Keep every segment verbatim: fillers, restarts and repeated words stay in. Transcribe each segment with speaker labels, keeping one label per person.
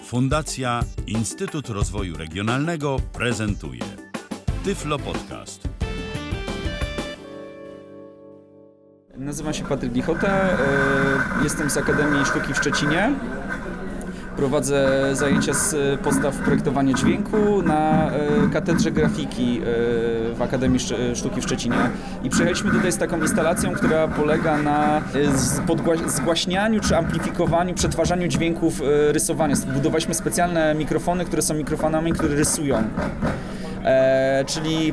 Speaker 1: Fundacja Instytut Rozwoju Regionalnego prezentuje Tyflo Podcast.
Speaker 2: Nazywam się Patryk Lichota, jestem z Akademii Sztuki w Szczecinie. Prowadzę zajęcia z podstaw projektowania dźwięku na katedrze grafiki w Akademii Sztuki w Szczecinie. I przyjechaliśmy tutaj z taką instalacją, która polega na zgłaśnianiu czy amplifikowaniu, przetwarzaniu dźwięków rysowania. Zbudowaliśmy specjalne mikrofony, które są mikrofonami, które rysują. E, czyli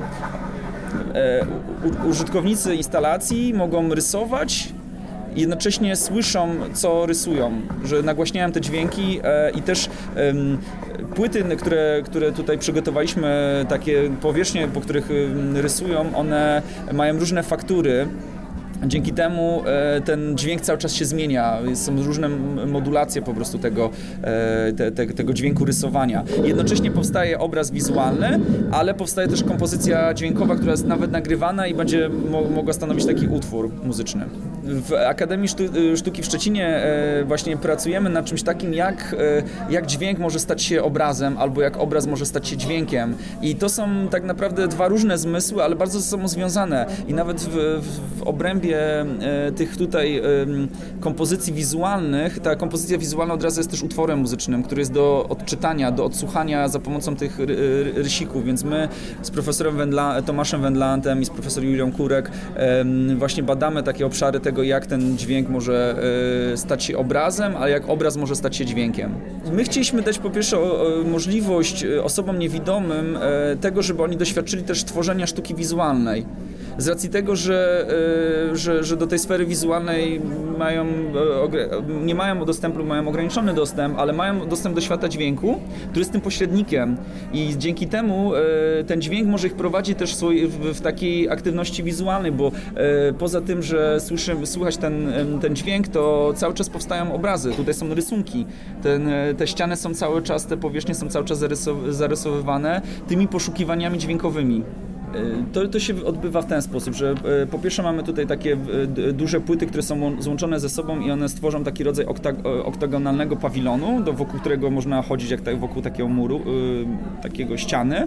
Speaker 2: e, u, użytkownicy instalacji mogą rysować, jednocześnie słyszą, co rysują, że nagłaśniają te dźwięki e, i też e, płyty, które, które tutaj przygotowaliśmy, takie powierzchnie, po których rysują, one mają różne faktury. Dzięki temu e, ten dźwięk cały czas się zmienia, są różne modulacje po prostu tego, e, te, te, tego dźwięku rysowania. Jednocześnie powstaje obraz wizualny, ale powstaje też kompozycja dźwiękowa, która jest nawet nagrywana i będzie mo- mogła stanowić taki utwór muzyczny. W Akademii Sztu- Sztuki w Szczecinie e, właśnie pracujemy nad czymś takim, jak, e, jak dźwięk może stać się obrazem, albo jak obraz może stać się dźwiękiem. I to są tak naprawdę dwa różne zmysły, ale bardzo ze sobą związane. I nawet w, w, w obrębie tych tutaj kompozycji wizualnych, ta kompozycja wizualna od razu jest też utworem muzycznym, który jest do odczytania, do odsłuchania za pomocą tych rysików, więc my z profesorem Wendla, Tomaszem Wendlantem i z profesorem Julią Kurek właśnie badamy takie obszary tego, jak ten dźwięk może stać się obrazem, a jak obraz może stać się dźwiękiem. My chcieliśmy dać po pierwsze możliwość osobom niewidomym tego, żeby oni doświadczyli też tworzenia sztuki wizualnej. Z racji tego, że, że, że do tej sfery wizualnej mają, nie mają dostępu, mają ograniczony dostęp, ale mają dostęp do świata dźwięku, który jest tym pośrednikiem i dzięki temu ten dźwięk może ich prowadzić też w, w takiej aktywności wizualnej, bo poza tym, że słyszy, słychać ten, ten dźwięk, to cały czas powstają obrazy, tutaj są rysunki, ten, te ściany są cały czas, te powierzchnie są cały czas zarysow- zarysowywane tymi poszukiwaniami dźwiękowymi. To, to się odbywa w ten sposób, że po pierwsze mamy tutaj takie duże płyty, które są złączone ze sobą i one stworzą taki rodzaj oktag- oktagonalnego pawilonu, do, wokół którego można chodzić jak wokół takiego muru, takiego ściany.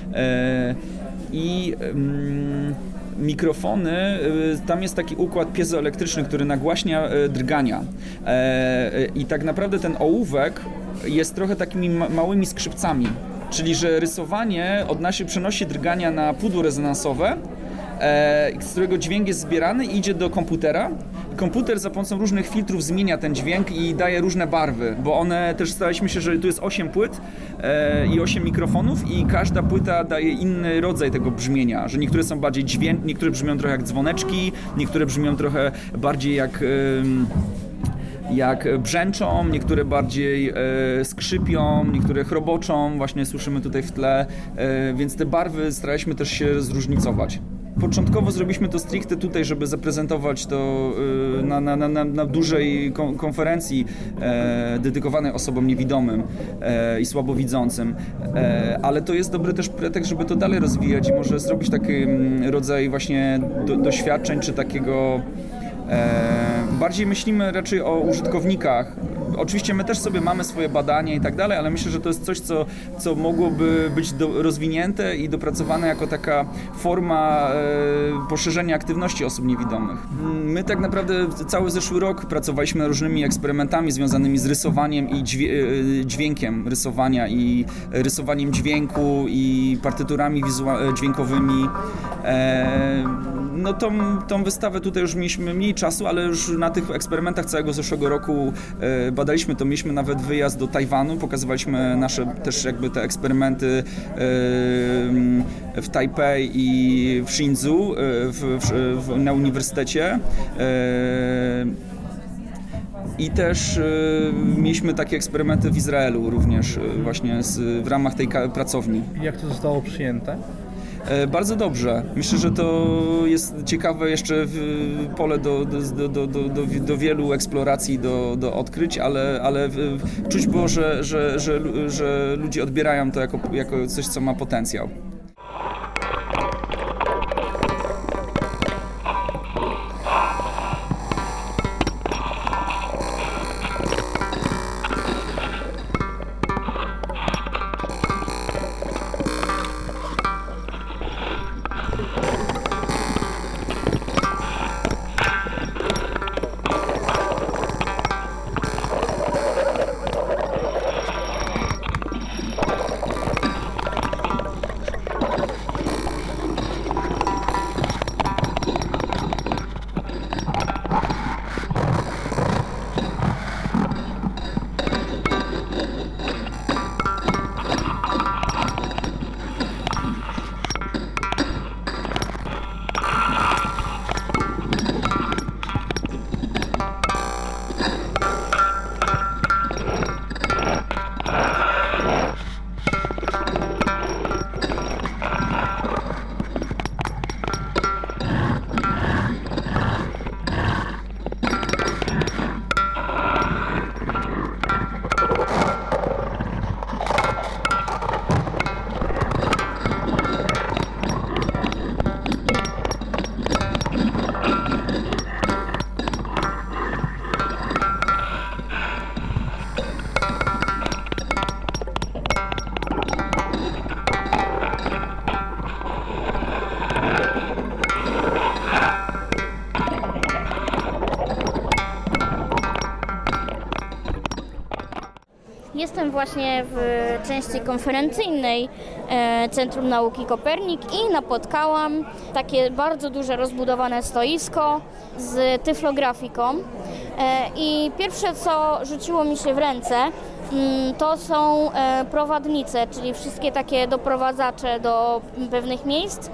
Speaker 2: I mikrofony, tam jest taki układ piezoelektryczny, który nagłaśnia drgania. I tak naprawdę ten ołówek jest trochę takimi małymi skrzypcami. Czyli, że rysowanie odnosi, przenosi drgania na pudło rezonansowe, e, z którego dźwięk jest zbierany i idzie do komputera. Komputer za pomocą różnych filtrów zmienia ten dźwięk i daje różne barwy, bo one też staraliśmy się, że tu jest osiem płyt e, i osiem mikrofonów i każda płyta daje inny rodzaj tego brzmienia, że niektóre są bardziej dźwięk, niektóre brzmią trochę jak dzwoneczki, niektóre brzmią trochę bardziej jak... E, jak brzęczą, niektóre bardziej e, skrzypią, niektóre chroboczą, właśnie słyszymy tutaj w tle, e, więc te barwy staraliśmy też się zróżnicować. Początkowo zrobiliśmy to stricte tutaj, żeby zaprezentować to e, na, na, na, na dużej kon- konferencji e, dedykowanej osobom niewidomym e, i słabowidzącym, e, ale to jest dobry też pretekst, żeby to dalej rozwijać i może zrobić taki rodzaj właśnie do, doświadczeń czy takiego. Bardziej myślimy raczej o użytkownikach. Oczywiście my też sobie mamy swoje badania i tak dalej, ale myślę, że to jest coś, co, co mogłoby być do, rozwinięte i dopracowane jako taka forma e, poszerzenia aktywności osób niewidomych. My tak naprawdę cały zeszły rok pracowaliśmy nad różnymi eksperymentami związanymi z rysowaniem i dźwię, dźwiękiem rysowania i rysowaniem dźwięku i partyturami wizua- dźwiękowymi. E, no tą, tą wystawę tutaj już mieliśmy mniej czasu, ale już na tych eksperymentach całego zeszłego roku e, badaliśmy to, mieliśmy nawet wyjazd do Tajwanu, pokazywaliśmy nasze też jakby te eksperymenty e, w Tajpej i w Hsinchu e, w, w, na uniwersytecie. E, I też y, mieliśmy takie eksperymenty w Izraelu również y, właśnie z, w ramach tej ka- pracowni.
Speaker 3: Jak to zostało przyjęte?
Speaker 2: E, bardzo dobrze. Myślę, że to jest ciekawe jeszcze w, pole do, do, do, do, do, do wielu eksploracji, do, do odkryć, ale, ale w, w, czuć było, że, że, że, że ludzie odbierają to jako, jako coś, co ma potencjał.
Speaker 3: Jestem właśnie w części konferencyjnej e, Centrum Nauki Kopernik i napotkałam takie bardzo duże, rozbudowane stoisko z tyflografiką. E, I pierwsze, co rzuciło mi się w ręce, mm, to są e, prowadnice, czyli wszystkie takie doprowadzacze do pewnych miejsc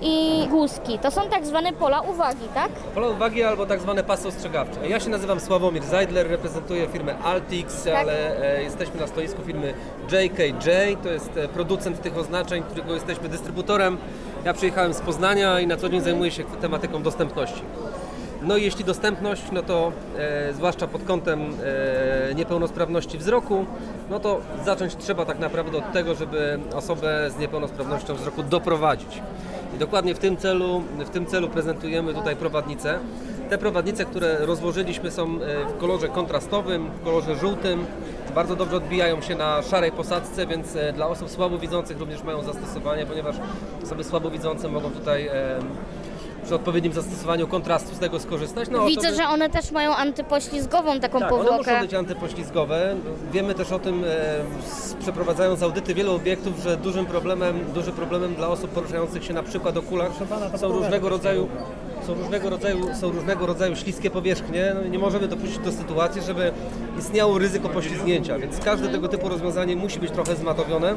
Speaker 3: i guzki. To są tak zwane pola uwagi, tak?
Speaker 4: Pola uwagi albo tak zwane pasy ostrzegawcze. Ja się nazywam Sławomir Zajdler, reprezentuję firmę Altix, tak. ale e, jesteśmy na stoisku firmy J K J, to jest e, producent tych oznaczeń, którego jesteśmy dystrybutorem. Ja przyjechałem z Poznania i na co dzień zajmuję się tematyką dostępności. No i jeśli dostępność, no to e, zwłaszcza pod kątem e, niepełnosprawności wzroku, no to zacząć trzeba tak naprawdę od tego, żeby osobę z niepełnosprawnością wzroku doprowadzić. I dokładnie w tym celu, w tym celu prezentujemy tutaj prowadnice. Te prowadnice, które rozłożyliśmy, są w kolorze kontrastowym, w kolorze żółtym. Bardzo dobrze odbijają się na szarej posadzce, więc dla osób słabowidzących również mają zastosowanie, ponieważ osoby słabowidzące mogą tutaj przy odpowiednim zastosowaniu kontrastu z tego skorzystać. No,
Speaker 3: Widzę,
Speaker 4: osoby...
Speaker 3: że one też mają antypoślizgową taką
Speaker 4: tak,
Speaker 3: powłokę.
Speaker 4: one muszą być antypoślizgowe. Wiemy też o tym, e, przeprowadzając audyty wielu obiektów, że dużym problemem, dużym problemem dla osób poruszających się na przykład o kulach są różnego rodzaju Są różnego rodzaju, są różnego rodzaju śliskie powierzchnie. No, nie możemy dopuścić do sytuacji, żeby istniało ryzyko poślizgnięcia, więc każde tego typu rozwiązanie musi być trochę zmatowione.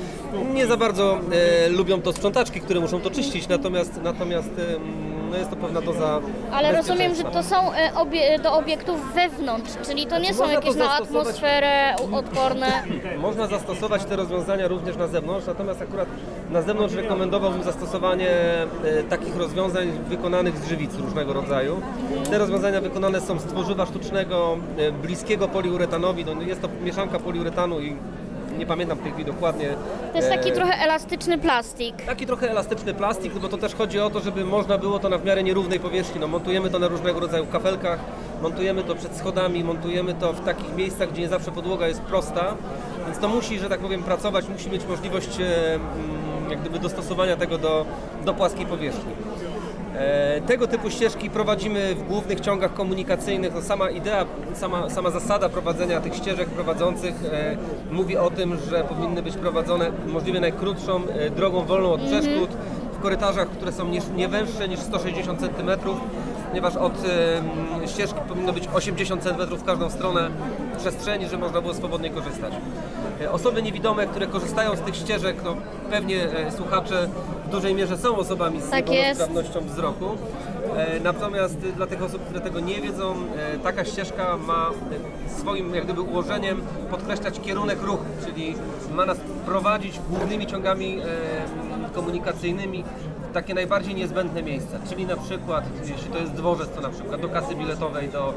Speaker 4: Nie za bardzo e, lubią to sprzątaczki, które muszą to czyścić, natomiast, natomiast e, no jest to pewna doza.
Speaker 3: Ale rozumiem, że to są e, obie, do obiektów wewnątrz, czyli to nie są
Speaker 4: Można
Speaker 3: jakieś
Speaker 4: to
Speaker 3: na
Speaker 4: zastosować-
Speaker 3: atmosferę odporne.
Speaker 4: Można zastosować te rozwiązania również na zewnątrz, natomiast akurat na zewnątrz rekomendowałbym zastosowanie e, takich rozwiązań wykonanych z żywicy różnego rodzaju. Te rozwiązania wykonane są z tworzywa sztucznego, e, bliskiego poliuretanowi. No, jest to mieszanka poliuretanu i nie pamiętam w tej chwili dokładnie.
Speaker 3: To jest taki
Speaker 4: e,
Speaker 3: trochę elastyczny plastik.
Speaker 4: Taki trochę elastyczny plastik, bo to też chodzi o to, żeby można było to na w miarę nierównej powierzchni. No, montujemy to na różnego rodzaju kafelkach, montujemy to przed schodami, montujemy to w takich miejscach, gdzie nie zawsze podłoga jest prosta, więc to musi, że tak powiem, pracować, musi mieć możliwość e, jak gdyby dostosowania tego do, do płaskiej powierzchni. E, tego typu ścieżki prowadzimy w głównych ciągach komunikacyjnych. No, sama idea, sama, sama zasada prowadzenia tych ścieżek prowadzących e, mówi o tym, że powinny być prowadzone możliwie najkrótszą e, drogą wolną od przeszkód, w korytarzach, które są nie, nie węższe niż sto sześćdziesiąt centymetrów, ponieważ od e, ścieżki powinno być osiemdziesiąt centymetrów w każdą stronę przestrzeni, żeby można było swobodnie korzystać. E, osoby niewidome, które korzystają z tych ścieżek, no, pewnie e, słuchacze w dużej mierze są osobami z
Speaker 3: Tak
Speaker 4: niepełnosprawnością wzroku. E, natomiast e, dla tych osób, które tego nie wiedzą, e, taka ścieżka ma e, swoim jak gdyby ułożeniem podkreślać kierunek ruchu, czyli ma nas prowadzić głównymi ciągami e, komunikacyjnymi w takie najbardziej niezbędne miejsca, czyli na przykład, jeśli to jest dworzec, to na przykład do kasy biletowej, do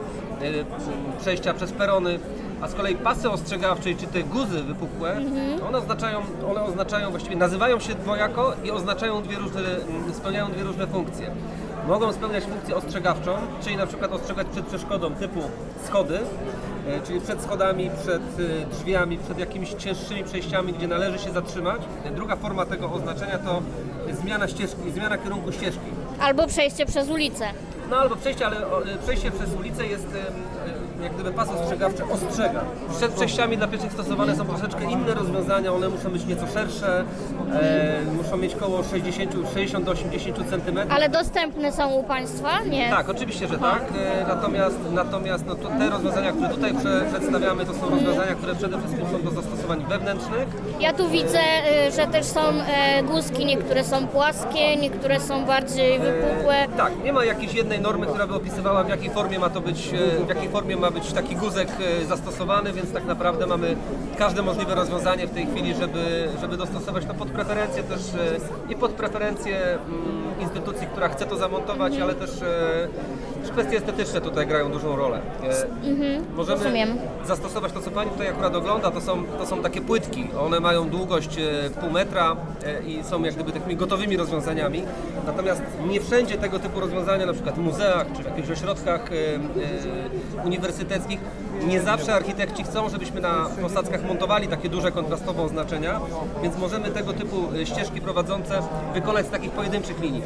Speaker 4: e, przejścia przez perony, a z kolei pasy ostrzegawcze, czy te guzy wypukłe, mhm. one oznaczają, one oznaczają właściwie, nazywają się dwojako i oznaczają dwie różne, spełniają dwie różne funkcje. Mogą spełniać funkcję ostrzegawczą, czyli na przykład ostrzegać przed przeszkodą typu schody, czyli przed schodami, przed drzwiami, przed jakimiś cięższymi przejściami, gdzie należy się zatrzymać. Druga forma tego oznaczenia to zmiana ścieżki, zmiana kierunku ścieżki.
Speaker 3: Albo przejście przez ulicę.
Speaker 4: No albo przejście, ale przejście przez ulicę jest jak gdyby pas ostrzegawczy ostrzega. Przed przejściami dla pieszych stosowane są troszeczkę inne rozwiązania, one muszą być nieco szersze, e, muszą mieć około sześćdziesiąt do osiemdziesięciu centymetrów.
Speaker 3: Ale dostępne są u Państwa? Nie.
Speaker 4: Tak, oczywiście, że tak. E, natomiast natomiast no, to te rozwiązania, które tutaj prze, przedstawiamy, to są rozwiązania, które przede wszystkim są do zastosowań wewnętrznych.
Speaker 3: Ja tu widzę, że też są guzki, niektóre są płaskie, niektóre są bardziej wypukłe.
Speaker 4: E, tak, nie ma jakiejś jednej normy, która by opisywała, w jakiej formie ma to być, w jakiej formie ma być taki guzek zastosowany, więc tak naprawdę mamy każde możliwe rozwiązanie w tej chwili, żeby, żeby dostosować to pod preferencje też i pod preferencje instytucji, która chce to zamontować, ale też, też kwestie estetyczne tutaj grają dużą rolę.
Speaker 3: Mhm,
Speaker 4: Możemy
Speaker 3: rozumiem.
Speaker 4: zastosować to, co Pani tutaj akurat ogląda, to są, to są takie płytki, one mają długość pół metra i są jak gdyby takimi gotowymi rozwiązaniami, natomiast nie wszędzie tego typu rozwiązania, na przykład w muzeach czy w jakichś ośrodkach uniwersyteckich, nie zawsze architekci chcą, żebyśmy na posadzkach montowali takie duże kontrastowe oznaczenia, więc możemy tego typu ścieżki prowadzące wykonać z takich pojedynczych linii.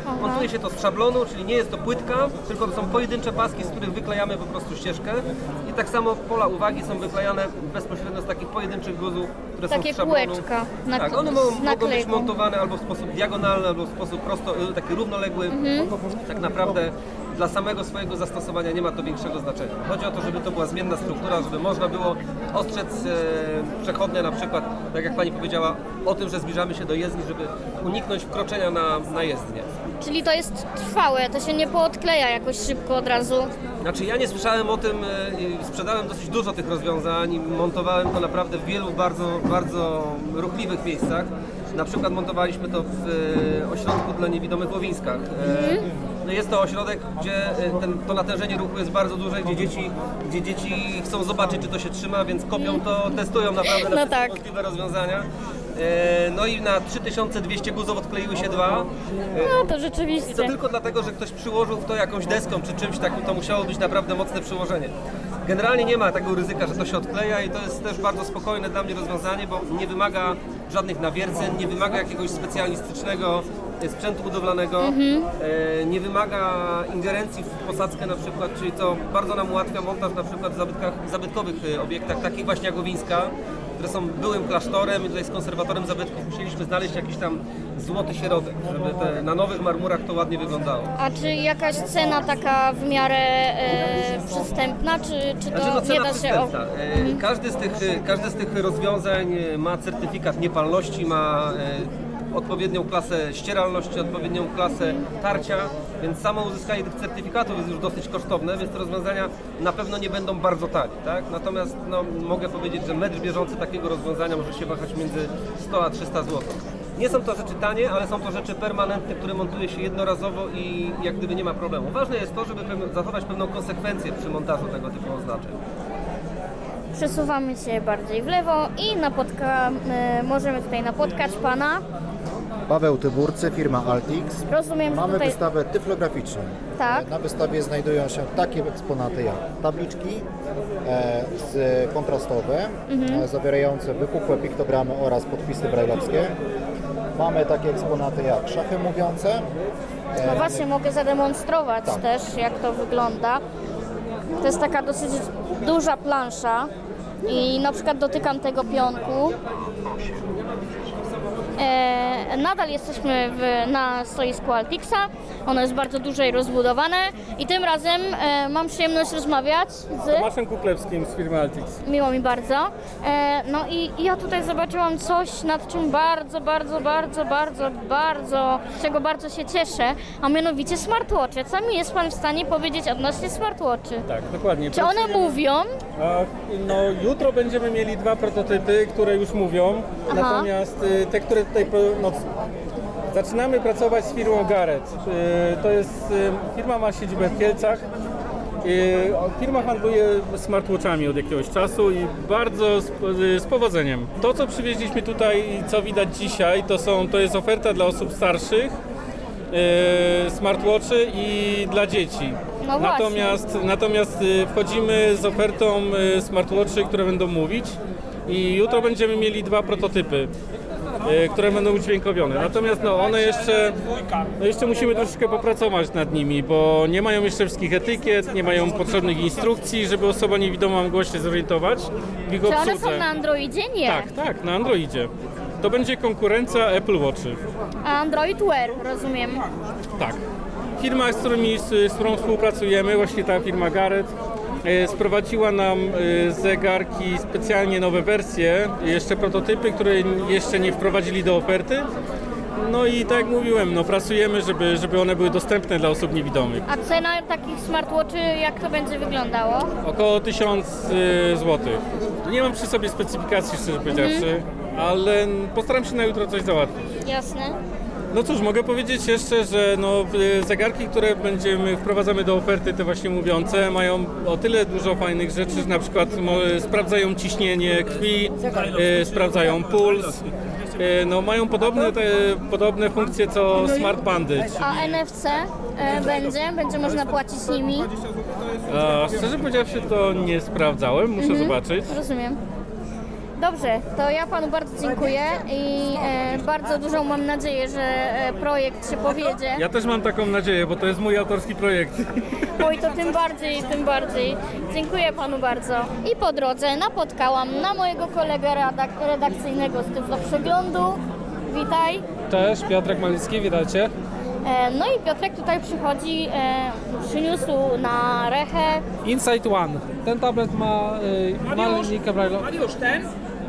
Speaker 3: Aha.
Speaker 4: Montuje się to z szablonu, czyli nie jest to płytka, tylko to są pojedyncze paski, z których wyklejamy po prostu ścieżkę. I tak samo pola uwagi są wyklejane bezpośrednio z takich pojedynczych guzów, które
Speaker 3: Takie
Speaker 4: są z szablonu.
Speaker 3: kółeczka na-
Speaker 4: Tak, one
Speaker 3: z
Speaker 4: mogą, mogą być
Speaker 3: naklejką.
Speaker 4: montowane albo w sposób diagonalny, albo w sposób prosto, taki równoległy.
Speaker 3: Mhm.
Speaker 4: Tak naprawdę dla samego swojego zastosowania nie ma to większego znaczenia. Chodzi o to, żeby to była zmienna struktura, żeby można było ostrzec e, przechodnie na przykład, tak jak Pani powiedziała, o tym, że zbliżamy się do jezdni, żeby uniknąć wkroczenia na, na jezdnię.
Speaker 3: Czyli to jest trwałe, to się nie poodkleja jakoś szybko od razu.
Speaker 4: Znaczy ja nie słyszałem o tym, e, i sprzedałem dosyć dużo tych rozwiązań i montowałem to naprawdę w wielu bardzo, bardzo ruchliwych miejscach. Na przykład montowaliśmy to w e, ośrodku dla niewidomych w Łowińskach. E, no jest to ośrodek, gdzie e, ten, to natężenie ruchu jest bardzo duże, gdzie dzieci, gdzie dzieci chcą zobaczyć, czy to się trzyma, więc kopią to, testują naprawdę na
Speaker 3: No
Speaker 4: wszystkie
Speaker 3: tak.
Speaker 4: możliwe rozwiązania. E, no i na trzy tysiące dwieście guzów odkleiły się dwa. E,
Speaker 3: No to
Speaker 4: I to
Speaker 3: rzeczywiście.
Speaker 4: tylko dlatego, że ktoś przyłożył w to jakąś deską czy czymś takim, to musiało być naprawdę mocne przyłożenie. Generalnie nie ma tego ryzyka, że to się odkleja i to jest też bardzo spokojne dla mnie rozwiązanie, bo nie wymaga żadnych nawierceń, nie wymaga jakiegoś specjalistycznego sprzętu budowlanego, e, nie wymaga ingerencji w posadzkę na przykład, czyli co bardzo nam ułatwia montaż na przykład w zabytkach, zabytkowych e, obiektach, takich właśnie jak Łowińska, które są byłym klasztorem i tutaj z konserwatorem zabytków musieliśmy znaleźć jakiś tam złoty środek, żeby te, na nowych marmurach to ładnie wyglądało.
Speaker 3: A czy jakaś cena taka w miarę e, przystępna, czy, czy to
Speaker 4: Znaczy, no,
Speaker 3: nie
Speaker 4: cena
Speaker 3: da się...
Speaker 4: przystępna. E, Każdy z tych, każdy z tych rozwiązań ma certyfikat niepalności, ma e, odpowiednią klasę ścieralności, odpowiednią klasę tarcia, więc samo uzyskanie tych certyfikatów jest już dosyć kosztowne, więc te rozwiązania na pewno nie będą bardzo tanie, tak? Natomiast no, mogę powiedzieć, że metr bieżący takiego rozwiązania może się wahać między sto a trzysta złotych. Nie są to rzeczy tanie, ale są to rzeczy permanentne, które montuje się jednorazowo i jak gdyby nie ma problemu. Ważne jest to, żeby pewne- zachować pewną konsekwencję przy montażu tego typu oznaczeń.
Speaker 3: Przesuwamy się bardziej w lewo i napotka, e, możemy tutaj napotkać pana.
Speaker 5: Paweł Tyburcy, firma Altix.
Speaker 3: Rozumiem, że
Speaker 5: Mamy
Speaker 3: tutaj...
Speaker 5: wystawę tyflograficzną.
Speaker 3: Tak.
Speaker 5: Na wystawie znajdują się takie eksponaty jak tabliczki e, z, kontrastowe,
Speaker 3: Mhm.
Speaker 5: e, zawierające wypukłe piktogramy oraz podpisy brajlowskie. Mamy takie eksponaty jak szachy mówiące.
Speaker 3: No właśnie, mogę zademonstrować
Speaker 5: Tak.
Speaker 3: też, jak to wygląda. To jest taka dosyć duża plansza i na przykład dotykam tego pionku. E, nadal jesteśmy w, na stoisku Altixa. Ono jest bardzo duże i rozbudowane i tym razem e, mam przyjemność rozmawiać z...
Speaker 6: Tomaszem Kuklewskim z firmy Altix.
Speaker 3: Miło mi bardzo. E, no i ja tutaj zobaczyłam coś, nad czym bardzo, bardzo, bardzo, bardzo, bardzo, z czego bardzo się cieszę, a mianowicie smartwatche. Co mi jest Pan w stanie powiedzieć odnośnie smartwatchy?
Speaker 6: Tak, dokładnie.
Speaker 3: Czy one
Speaker 6: Pracujemy-
Speaker 3: mówią?
Speaker 6: A, no, jutro będziemy mieli dwa prototypy, które już mówią.
Speaker 3: Aha.
Speaker 6: Natomiast y, te, które tutaj... pro- No, zaczynamy pracować z firmą Garrett. Y, to jest... Y, firma ma siedzibę w Kielcach. Y, firma handluje smartwatchami od jakiegoś czasu i bardzo z, y, z powodzeniem. To, co przywieźliśmy tutaj i co widać dzisiaj, to, są, to jest oferta dla osób starszych, y, smartwatchy i dla dzieci.
Speaker 3: No właśnie.
Speaker 6: Natomiast, natomiast y, wchodzimy z ofertą y, smartwatchy, które będą mówić i jutro będziemy mieli dwa prototypy, y, które będą udźwiękowione. Natomiast no, one jeszcze, no, jeszcze musimy troszeczkę popracować nad nimi, bo nie mają jeszcze wszystkich etykiet, nie mają potrzebnych instrukcji, żeby osoba niewidoma mogła się zorientować w ich
Speaker 3: Czy one
Speaker 6: obsłudze.
Speaker 3: są na Androidzie? Nie.
Speaker 6: Tak, tak, na Androidzie. To będzie konkurencja Apple Watchy.
Speaker 3: A Android Wear, rozumiem.
Speaker 6: Tak. Firma, z, którymi, z, z którą współpracujemy, właśnie ta firma Garrett, e, sprowadziła nam e, zegarki, specjalnie nowe wersje, jeszcze prototypy, które jeszcze nie wprowadzili do oferty. No i tak jak mówiłem, no, pracujemy, żeby, żeby one były dostępne dla osób niewidomych.
Speaker 3: A cena takich smartwatchy, jak to będzie wyglądało?
Speaker 6: Około tysiąc złotych. Nie mam przy sobie specyfikacji, szczerze powiedziawszy, ale postaram się na jutro coś załatwić.
Speaker 3: Jasne.
Speaker 6: No cóż, mogę powiedzieć jeszcze, że no, y, zegarki, które będziemy wprowadzamy do oferty, te właśnie mówiące, mają o tyle dużo fajnych rzeczy, że na przykład mo, sprawdzają ciśnienie krwi, y, sprawdzają puls, y, no, mają podobne, te, podobne funkcje co smartbandy.
Speaker 3: A N F C e, będzie? Będzie można płacić nimi?
Speaker 6: A, szczerze powiedziawszy, to nie sprawdzałem, muszę zobaczyć.
Speaker 3: Rozumiem. Dobrze, to ja panu bardzo dziękuję i e, bardzo dużą mam nadzieję, że e, projekt się powiedzie.
Speaker 6: Ja też mam taką nadzieję, bo to jest mój autorski projekt.
Speaker 3: Oj, to tym bardziej, tym bardziej. Dziękuję panu bardzo. I po drodze napotkałam na mojego kolegę redak- redakcyjnego z Tyflo Przeglądu. Witaj.
Speaker 6: Cześć, Piotrek Malicki, witajcie.
Speaker 3: E, no i Piotrek tutaj przychodzi, e, przyniósł na rechę.
Speaker 6: Insight One. Ten tablet ma y, ma linijkę braille'owską.
Speaker 4: Mariusz, ten?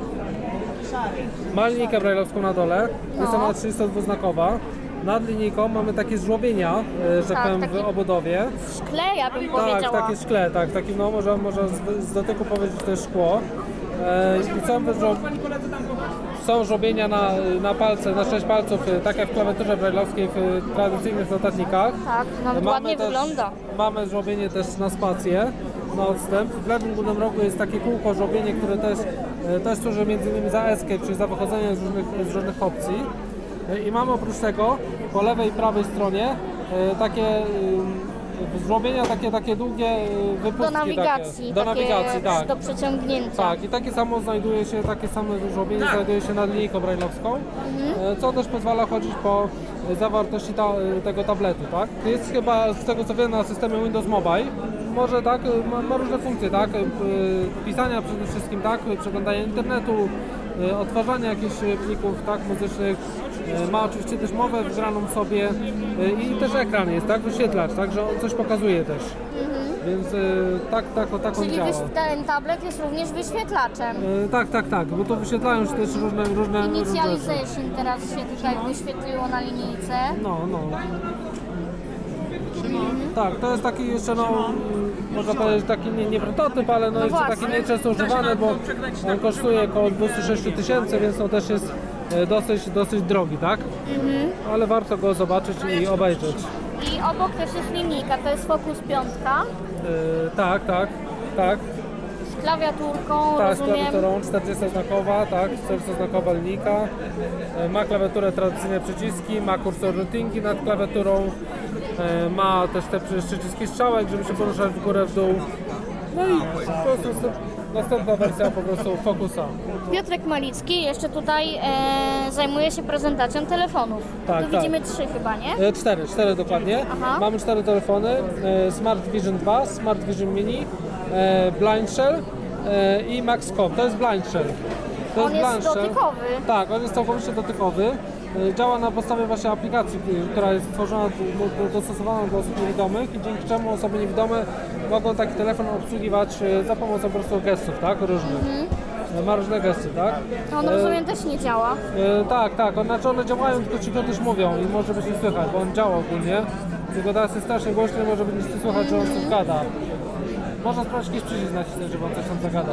Speaker 6: Ma linijkę braille'owską na dole. Jest
Speaker 3: No.
Speaker 6: ona trzydziestodwuznakowa. Nad linijką mamy takie żłobienia, y, że
Speaker 3: Tak,
Speaker 6: powiem,
Speaker 3: taki-
Speaker 6: w obudowie.
Speaker 3: W szkle, ja bym
Speaker 6: Tak,
Speaker 3: powiedziała.
Speaker 6: takie szkle, tak, taki, no może, może z, z dotyku powiedzieć, że to jest szkło. E, I są, wyżo- są żłobienia na, na palce, na sześć palców, y, tak jak w klawiaturze braille'owskiej w tradycyjnych notatnikach.
Speaker 3: Tak, nawet
Speaker 6: Mamy
Speaker 3: ładnie
Speaker 6: też,
Speaker 3: wygląda.
Speaker 6: Mamy żłobienie też na spację, na odstęp. W lewym górnym rogu jest takie kółko żłobienie, które też, e, też służy między innymi za escape, czyli za wychodzenie z różnych, z różnych opcji. E, I mamy oprócz tego po lewej i prawej stronie e, takie y, żłobienia, takie, takie długie y, wypustki.
Speaker 3: Do nawigacji,
Speaker 6: takie, do
Speaker 3: takie
Speaker 6: nawigacji, tak.
Speaker 3: do przeciągnięcia.
Speaker 6: Tak, i takie samo znajduje się, takie same żłobienie znajduje się nad linijką braille'owską, e, co też pozwala chodzić po e, zawartości ta, e, tego tabletu, tak? Jest chyba, z tego co wiem, na systemie Windows Mobile. Może tak, e, ma, ma różne funkcje, tak? E, pisania przede wszystkim, tak? Przeglądania internetu, e, odtwarzania jakichś plików, tak? Muzycznych. E, ma oczywiście też mowę wgraną sobie e, i też ekran jest, tak? Wyświetlacz, tak? Że on coś pokazuje też. Więc e, tak, tak, o, tak on
Speaker 3: Czyli
Speaker 6: działa.
Speaker 3: wyś- ten tablet jest również wyświetlaczem.
Speaker 6: E, tak, tak, tak, bo to wyświetlają się też różne, różne, różne rzeczy.
Speaker 3: Initialization teraz się tutaj wyświetliło na linijce.
Speaker 6: No, no. Tak, to jest taki jeszcze, no, można powiedzieć, taki nie, nie prototyp, ale no,
Speaker 3: No
Speaker 6: jeszcze
Speaker 3: właśnie.
Speaker 6: taki nieczęsto używany, bo on kosztuje około dwieście sześć tysięcy, więc no też jest e, dosyć, dosyć drogi, tak? Ale warto go zobaczyć i obejrzeć.
Speaker 3: I obok też jest linijka, to jest Focus piątka
Speaker 6: E, tak, tak, tak.
Speaker 3: z klawiaturką,
Speaker 6: Tak, z
Speaker 3: rozumiem.
Speaker 6: klawiaturą czterdziestoznakowa, tak, czterdziestoznakowa linijka. E, Ma klawiaturę, tradycyjne przyciski, ma kursor routingi nad klawiaturą, e, ma też te przy- przyciski strzałek, żeby się poruszać w górę, w dół. No i po prostu następ- następna wersja po prostu Focusa.
Speaker 3: Piotrek Malicki jeszcze tutaj e, zajmuje się prezentacją telefonów.
Speaker 6: Tak,
Speaker 3: tu
Speaker 6: tak.
Speaker 3: widzimy trzy chyba, nie?
Speaker 6: E, Cztery, cztery dokładnie.
Speaker 3: Aha.
Speaker 6: Mamy cztery telefony, e, Smart Vision dwa, Smart Vision Mini, e, Blind Shell e, i Maxcom. To jest Blind Shell. To
Speaker 3: On jest
Speaker 6: Blind Shell.
Speaker 3: dotykowy.
Speaker 6: Tak, on jest całkowicie dotykowy. E, Działa na podstawie właśnie aplikacji, y, która jest stworzona, do- do- dostosowana do osób niewidomych i dzięki czemu osoby niewidome mogą taki telefon obsługiwać e, za pomocą po prostu gestów, tak, różnych. E, Ma różne gesty, tak?
Speaker 3: On
Speaker 6: E,
Speaker 3: rozumiem też nie działa.
Speaker 6: E, tak, tak, on, znaczy one działają, tylko cicho też mówią i może być nie słychać, bo on działa ogólnie. Tylko teraz jest strasznie głośno i może być nie słychać, że on coś gada. Można sprawdzić jakiś przycisk nacisnąć, żeby on coś tam zagadał.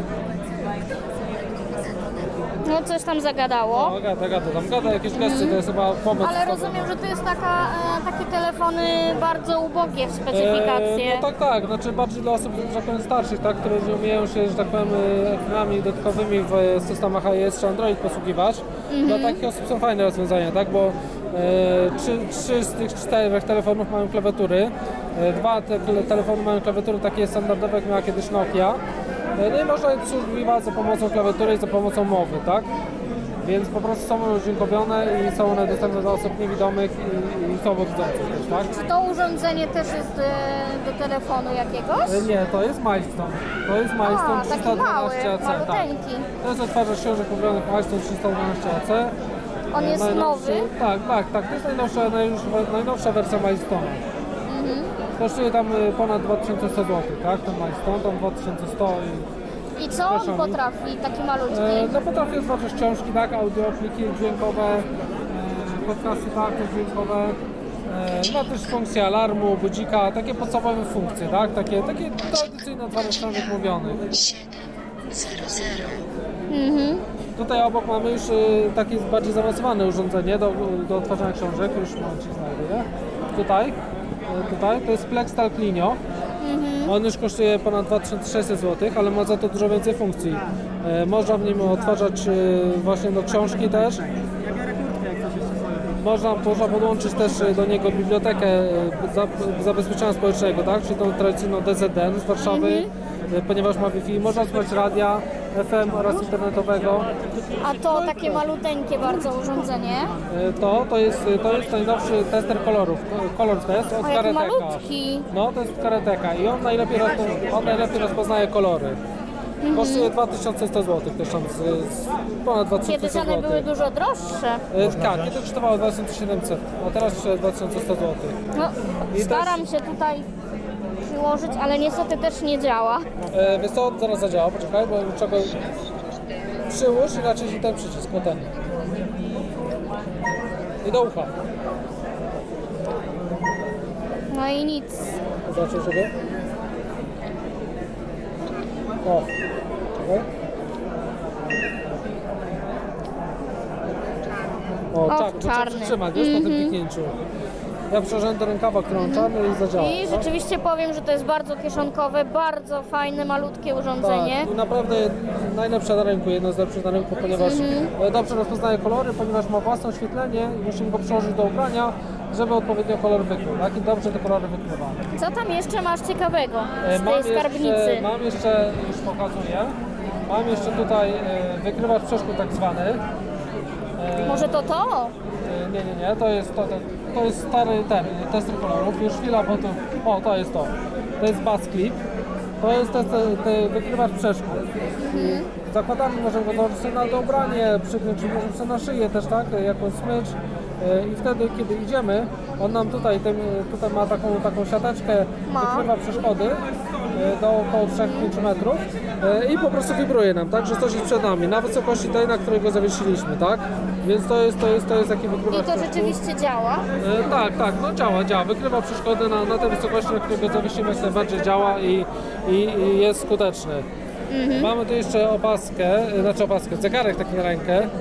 Speaker 3: No coś tam zagadało.
Speaker 6: No, gada, gada, tam gada jakieś gesty, to jest chyba pomysł.
Speaker 3: Ale rozumiem, że to jest taka, e, takie telefony bardzo ubogie w specyfikacje.
Speaker 6: E, no tak, tak, znaczy bardziej dla osób, że tak powiem, starszych, tak, które nie umieją się, że tak powiem, e, ekranami dodatkowymi w e, systemach iOS czy Android posługiwać. Dla takich osób są fajne rozwiązania, tak, bo e, trzy, trzy z tych czterech telefonów mają klawiatury, e, dwa te telefony mają klawiatury takie standardowe, jak miała kiedyś Nokia. E, no i można je obsługiwać za pomocą klawiatury i za pomocą mowy, tak. Więc po prostu są one udźwiękowione i są one dostępne dla osób niewidomych i, i słabowidzących też, tak?
Speaker 3: Czy to urządzenie też jest e, do telefonu jakiegoś?
Speaker 6: E, Nie, to jest Milestone. To jest Milestone
Speaker 3: A, taki
Speaker 6: trzysta
Speaker 3: mały,
Speaker 6: dwanaście A C. Tak.
Speaker 3: maluteńki.
Speaker 6: To jest odtwarzacz książek pobieronych Milestone trzysta dwanaście A C.
Speaker 3: On
Speaker 6: E,
Speaker 3: jest
Speaker 6: najnowszy-
Speaker 3: nowy?
Speaker 6: Tak, tak, tak. To jest najnowsza, najnowsza, najnowsza wersja Milestone'a.
Speaker 3: Mhm.
Speaker 6: Kosztuje tam e, ponad dwa tysiące sto złotych, tak? Ten Milestone, tam dwa tysiące sto i...
Speaker 3: I co on
Speaker 6: Proszę.
Speaker 3: potrafi, taki malutki?
Speaker 6: E, no potrafię odtwarzać książki, tak? Audiopliki dźwiękowe, e, podcasty, tak? Też dźwiękowe. E, ma też funkcję alarmu, budzika, takie podstawowe funkcje, tak? Takie, takie tradycyjne odtwarzanie książek mówionych.
Speaker 3: Mhm.
Speaker 6: Tutaj obok mamy już y, takie bardziej zaawansowane urządzenie do, do odtwarzania książek, już momencik znajduję. Tutaj, y, tutaj, to jest Plextal Clinio. On już kosztuje ponad dwa tysiące sześćset złotych, ale ma za to dużo więcej funkcji. Y, można w nim odtwarzać y, właśnie do książki też. Można, można podłączyć też y, do niego bibliotekę y, za, zabezpieczenia społecznego, tak? Czyli tą tradycyjną D Z N z Warszawy, y, ponieważ ma Wi-Fi. Można słuchać radia.
Speaker 7: F M oraz internetowego.
Speaker 3: A to takie maluteńkie bardzo urządzenie.
Speaker 7: To, to, jest, to jest najnowszy tester kolorów, kolor test od
Speaker 3: O, jak
Speaker 7: Kareteka.
Speaker 3: malutki.
Speaker 7: No, to jest Kareteka i on najlepiej, rozpo, on najlepiej rozpoznaje kolory.
Speaker 3: Mhm.
Speaker 7: Kosztuje dwa tysiące sto złotych, też tam z, z ponad dwa tysiące
Speaker 3: Kiedyś
Speaker 7: sto
Speaker 3: one
Speaker 7: złotych.
Speaker 3: były dużo droższe.
Speaker 7: E, Tak, kiedy kosztowało dwa tysiące siedemset, a teraz kosztuje dwa tysiące sto złotych.
Speaker 3: No,
Speaker 7: I
Speaker 3: staram się tutaj przyłożyć, ale niestety też nie działa.
Speaker 7: E, Wiesz co, zaraz zadziała, poczekaj, bo trzeba przyłóż i naciśnij ten przycisk, o ten. I do ucha.
Speaker 3: No i nic.
Speaker 7: Zobaczcie sobie. O, czekaj. O,
Speaker 3: Och,
Speaker 7: czarny, trzeba
Speaker 3: czarny.
Speaker 7: przytrzymać, wiesz, po tym kliknięciu. Ja przyłożyłem do rękawa, który mam czarny i zadziała.
Speaker 3: I rzeczywiście powiem, że to jest bardzo kieszonkowe, bardzo fajne, malutkie urządzenie.
Speaker 7: Tak, i naprawdę najlepsze na rynku, jedno z lepszych na rynku, ponieważ mm. dobrze rozpoznaje kolory, ponieważ ma własne oświetlenie i musimy go przełożyć do ubrania, żeby odpowiednio kolor wykrył. Tak? I dobrze te kolory wykrywa.
Speaker 3: Co tam jeszcze masz ciekawego
Speaker 7: E,
Speaker 3: z
Speaker 7: mam
Speaker 3: tej skarbnicy?
Speaker 7: Jeszcze, mam jeszcze, już pokazuję, mam jeszcze tutaj e, wykrywacz przeszkód tak zwany. E,
Speaker 3: Może to to?
Speaker 7: e, nie, nie, nie, to jest, to, to, to jest stary ten, tester kolorów, już chwila, bo to, o, to jest to. To jest Buzz Clip. To jest ten, ten wykrywacz przeszkód.
Speaker 3: Mhm.
Speaker 7: Zakładamy, możemy go założyć sobie na do ubranie, przypiąć, możemy sobie na szyję też, tak, jakąś smycz. I wtedy, kiedy idziemy, on nam tutaj, ten, tutaj ma taką, taką siateczkę,
Speaker 3: Ma.
Speaker 7: wykrywa przeszkody do około trzy do pięciu metrów i po prostu wibruje nam, tak, że coś jest przed nami, na wysokości tej, na której go zawiesiliśmy, tak? Więc to jest, to jest, to jest taki wykrywacz
Speaker 3: I to
Speaker 7: przeszkód.
Speaker 3: rzeczywiście działa?
Speaker 7: E, tak, tak, no działa, działa. Wykrywa przeszkody na, na tej wysokości, na której go zawiesimy, jak najbardziej działa i, i, i jest skuteczny.
Speaker 3: Mhm.
Speaker 7: Mamy tu jeszcze opaskę, e, znaczy opaskę, zegarek taki na rękę. E,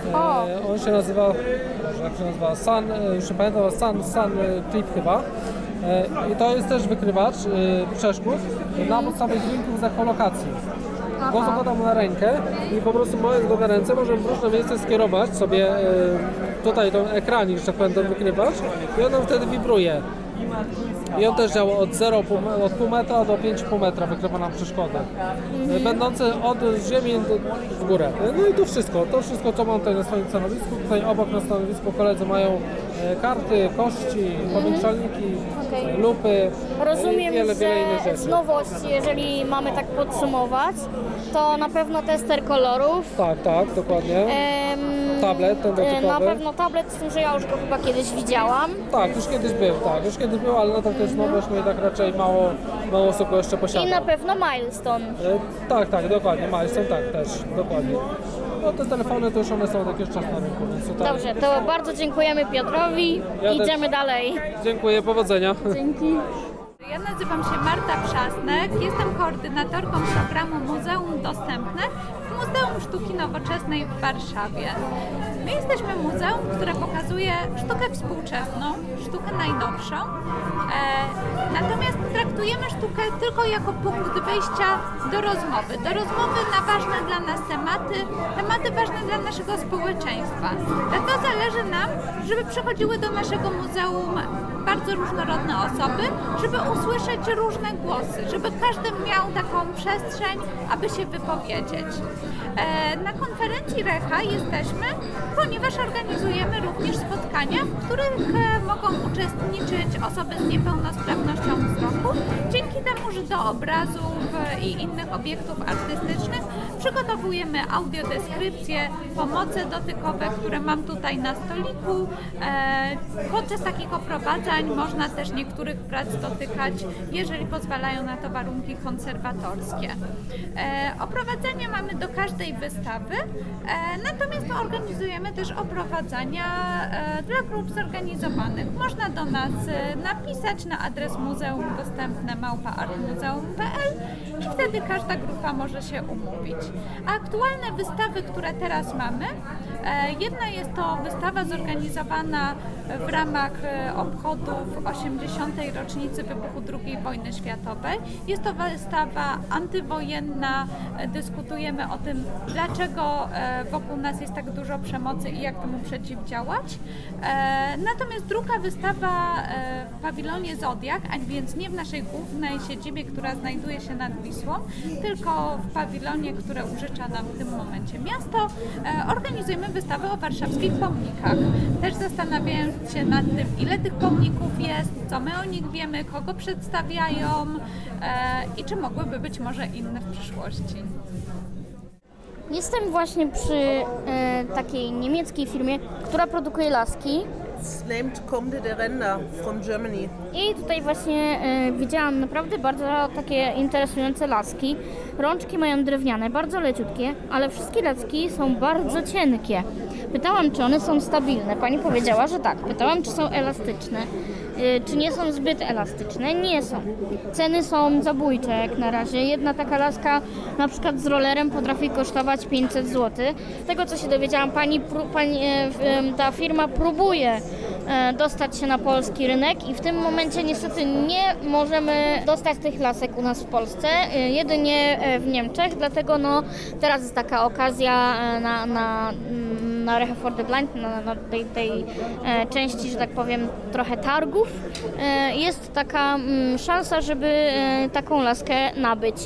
Speaker 7: on się nazywa, Boże, jak się nazywa, Sun, e, już nie pamiętam, Sun, Sun Clip chyba. E, I to jest też wykrywacz e, przeszkód na podstawie dźwięków z echolokacji. Go zakładam na rękę i po prostu mając go na ręce możemy w różne miejsce skierować sobie e, tutaj ten ekranik, że tak powiem, ten wykrywacz i on nam wtedy wibruje. I on też działa od zero, od pół metra do pięć i pół metra, wykrywa nam przeszkody. Mhm. Będące od ziemi w górę. No i to wszystko, to wszystko co mam tutaj na swoim stanowisku. Tutaj obok na stanowisku koledzy mają karty, kości, powiększalniki,
Speaker 3: Okay.
Speaker 7: lupy,
Speaker 3: Rozumiem,
Speaker 7: wiele, wiele innych
Speaker 3: że
Speaker 7: rzeczy.
Speaker 3: z nowości, jeżeli mamy tak podsumować, to na pewno tester kolorów.
Speaker 7: Tak, tak, dokładnie.
Speaker 3: Em,
Speaker 7: Tablet, ten dotykowy.
Speaker 3: Na pewno tablet, z tym, że ja już go chyba kiedyś widziałam.
Speaker 7: Tak, już kiedyś był, tak, już kiedyś był, ale nadal to jest nowość, no i tak raczej mało, mało osób go jeszcze posiada.
Speaker 3: I na pewno Milestone.
Speaker 7: E, tak, tak, dokładnie, Milestone, tak, też, dokładnie. No te telefony to już one są od jakiegoś czasu na rynku, więc tutaj...
Speaker 3: Dobrze, to bardzo dziękujemy Piotrowi.
Speaker 7: Ja
Speaker 3: Idziemy
Speaker 7: też.
Speaker 3: dalej.
Speaker 7: Dziękuję, powodzenia.
Speaker 3: Dzięki.
Speaker 8: Ja nazywam się Marta Przasnek, jestem koordynatorką programu Muzeum Dostępne w Muzeum Sztuki Nowoczesnej w Warszawie. My jesteśmy muzeum, które pokazuje sztukę współczesną, sztukę najnowszą, e, natomiast traktujemy sztukę tylko jako punkt wyjścia do rozmowy, do rozmowy na ważne dla nas tematy, tematy ważne dla naszego społeczeństwa. Dlatego zależy nam, żeby przychodziły do naszego muzeum bardzo różnorodne osoby, żeby usłyszeć różne głosy, żeby każdy miał taką przestrzeń, aby się wypowiedzieć. E, na konferencji Recha jesteśmy, ponieważ organizujemy również spotkania, w których e, mogą uczestniczyć osoby z niepełnosprawnością wzroku, dzięki temu, że do obrazów e, i innych obiektów artystycznych przygotowujemy audiodeskrypcje, pomoce dotykowe, które mam tutaj na stoliku. E, podczas takich oprowadzań można też niektórych prac dotykać, jeżeli pozwalają na to warunki konserwatorskie. E, oprowadzania mamy do każdej wystawy, e, natomiast organizujemy też oprowadzania e, dla grup zorganizowanych. Można do nas e, napisać na adres muzeum dostępne małpa artmuzeum kropka p l i wtedy każda grupa może się umówić. A aktualne wystawy, które teraz mamy, Jedna jest to wystawa zorganizowana w ramach obchodów osiemdziesiątej rocznicy wybuchu drugiej wojny światowej. Jest to wystawa antywojenna. Dyskutujemy o tym, dlaczego wokół nas jest tak dużo przemocy i jak temu przeciwdziałać. Natomiast druga wystawa w pawilonie Zodiak, a więc nie w naszej głównej siedzibie, która znajduje się nad Wisłą, tylko w pawilonie, które użycza nam w tym momencie miasto, organizujemy wystawę o warszawskich pomnikach. Też zastanawiając się nad tym, ile tych pomników jest, co my o nich wiemy, kogo przedstawiają i czy mogłyby być może inne w przyszłości.
Speaker 3: Jestem właśnie przy e, takiej niemieckiej firmie, która produkuje laski.
Speaker 9: Named Comte de Renda from Germany.
Speaker 3: I tutaj właśnie e, widziałam naprawdę bardzo takie interesujące laski. Rączki mają drewniane, bardzo leciutkie, ale wszystkie laski są bardzo cienkie. Pytałam, czy one są stabilne. Pani powiedziała, że tak. Pytałam, czy są elastyczne. E, czy nie są zbyt elastyczne? Nie są. Ceny są zabójcze jak na razie. Jedna taka laska na przykład z rollerem potrafi kosztować pięćset złotych. Z tego, co się dowiedziałam, pani, pani, ta firma próbuje dostać się na polski rynek i w tym momencie niestety nie możemy dostać tych lasek u nas w Polsce, jedynie w Niemczech, dlatego no, teraz jest taka okazja na, na, na Reche for the Blind, na, na tej, tej części, że tak powiem, trochę targów. Jest taka szansa, żeby taką laskę nabyć.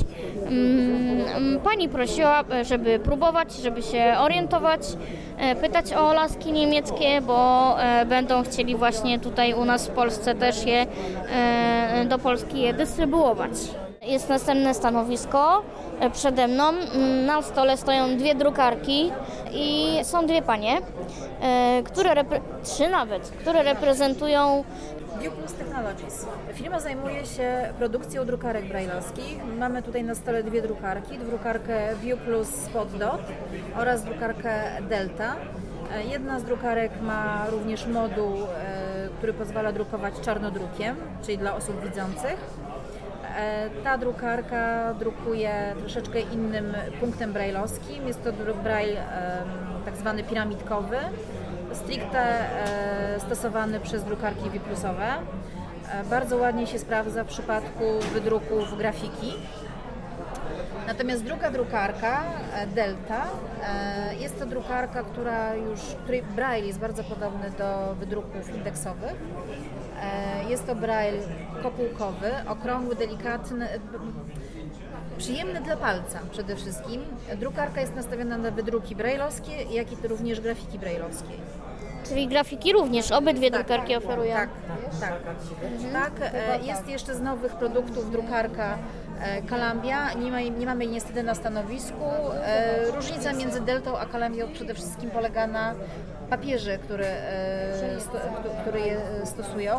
Speaker 3: Pani prosiła, żeby próbować, żeby się orientować, pytać o laski niemieckie, bo będą chcieli właśnie tutaj u nas w Polsce też je do Polski je dystrybuować. Jest następne stanowisko przede mną. Na stole stoją dwie drukarki i są dwie panie, które repre- trzy nawet, które reprezentują
Speaker 10: ViewPlus Technologies. Firma zajmuje się produkcją drukarek brajlowskich. Mamy tutaj na stole dwie drukarki, drukarkę ViewPlus Spot Dot oraz drukarkę Delta. Jedna z drukarek ma również moduł, który pozwala drukować czarnodrukiem, czyli dla osób widzących. Ta drukarka drukuje troszeczkę innym punktem brajlowskim. Jest to braille tak zwany piramidkowy, stricte stosowany przez drukarki ViewPlusowe. Bardzo ładnie się sprawdza w przypadku wydruków grafiki. Natomiast druga drukarka, Delta, jest to drukarka, która już, której braille jest bardzo podobny do wydruków indeksowych. Jest to braille kopułkowy, okrągły, delikatny, przyjemny dla palca przede wszystkim. Drukarka jest nastawiona na wydruki brajlowskie, jak i również grafiki brajlowskiej.
Speaker 3: Czyli grafiki również, obydwie
Speaker 10: tak,
Speaker 3: drukarki oferują.
Speaker 10: Tak, tak. Mhm. tak. Jest jeszcze z nowych produktów drukarka Columbia. Nie, ma, nie mamy jej niestety na stanowisku. Różnica między Deltą a Columbią przede wszystkim polega na papierze, który, sto, który je stosują.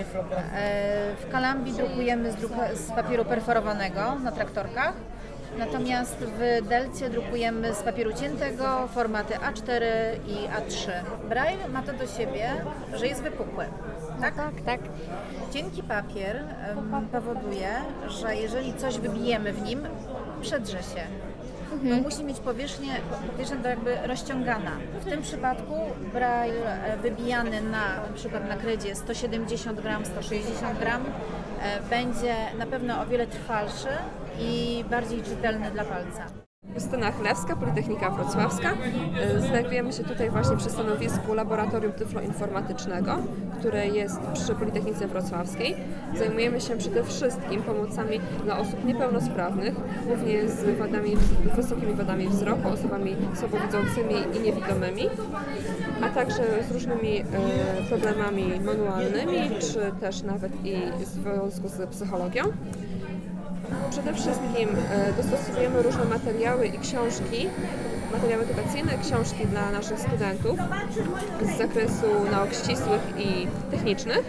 Speaker 10: W Columbii drukujemy z, druka, z papieru perforowanego na traktorkach. Natomiast w Delcie drukujemy z papieru ciętego, formaty A cztery i A trzy. Braille ma to do siebie, że jest wypukły. Tak?
Speaker 3: No tak, tak.
Speaker 10: Cienki papier um, powoduje, że jeżeli coś wybijemy w nim, przedrze się. Mhm. Musi mieć powierzchnię, powierzchnię to jakby rozciągana. W tym przypadku braille wybijany na, na przykład na kredzie sto siedemdziesiąt gram, sto sześćdziesiąt gram będzie na pewno o wiele trwalszy i bardziej czytelny dla palca.
Speaker 11: Justyna Chlewska, Politechnika Wrocławska. Znajdujemy się tutaj właśnie przy stanowisku Laboratorium Tyfloinformatycznego, które jest przy Politechnice Wrocławskiej. Zajmujemy się przede wszystkim pomocami dla osób niepełnosprawnych, głównie z wadami, wysokimi wadami wzroku, osobami słabowidzącymi i niewidomymi, a także z różnymi e, problemami manualnymi, czy też nawet i w związku z psychologią. Przede wszystkim dostosowujemy różne materiały i książki, materiały edukacyjne, książki dla naszych studentów z zakresu nauk ścisłych i technicznych.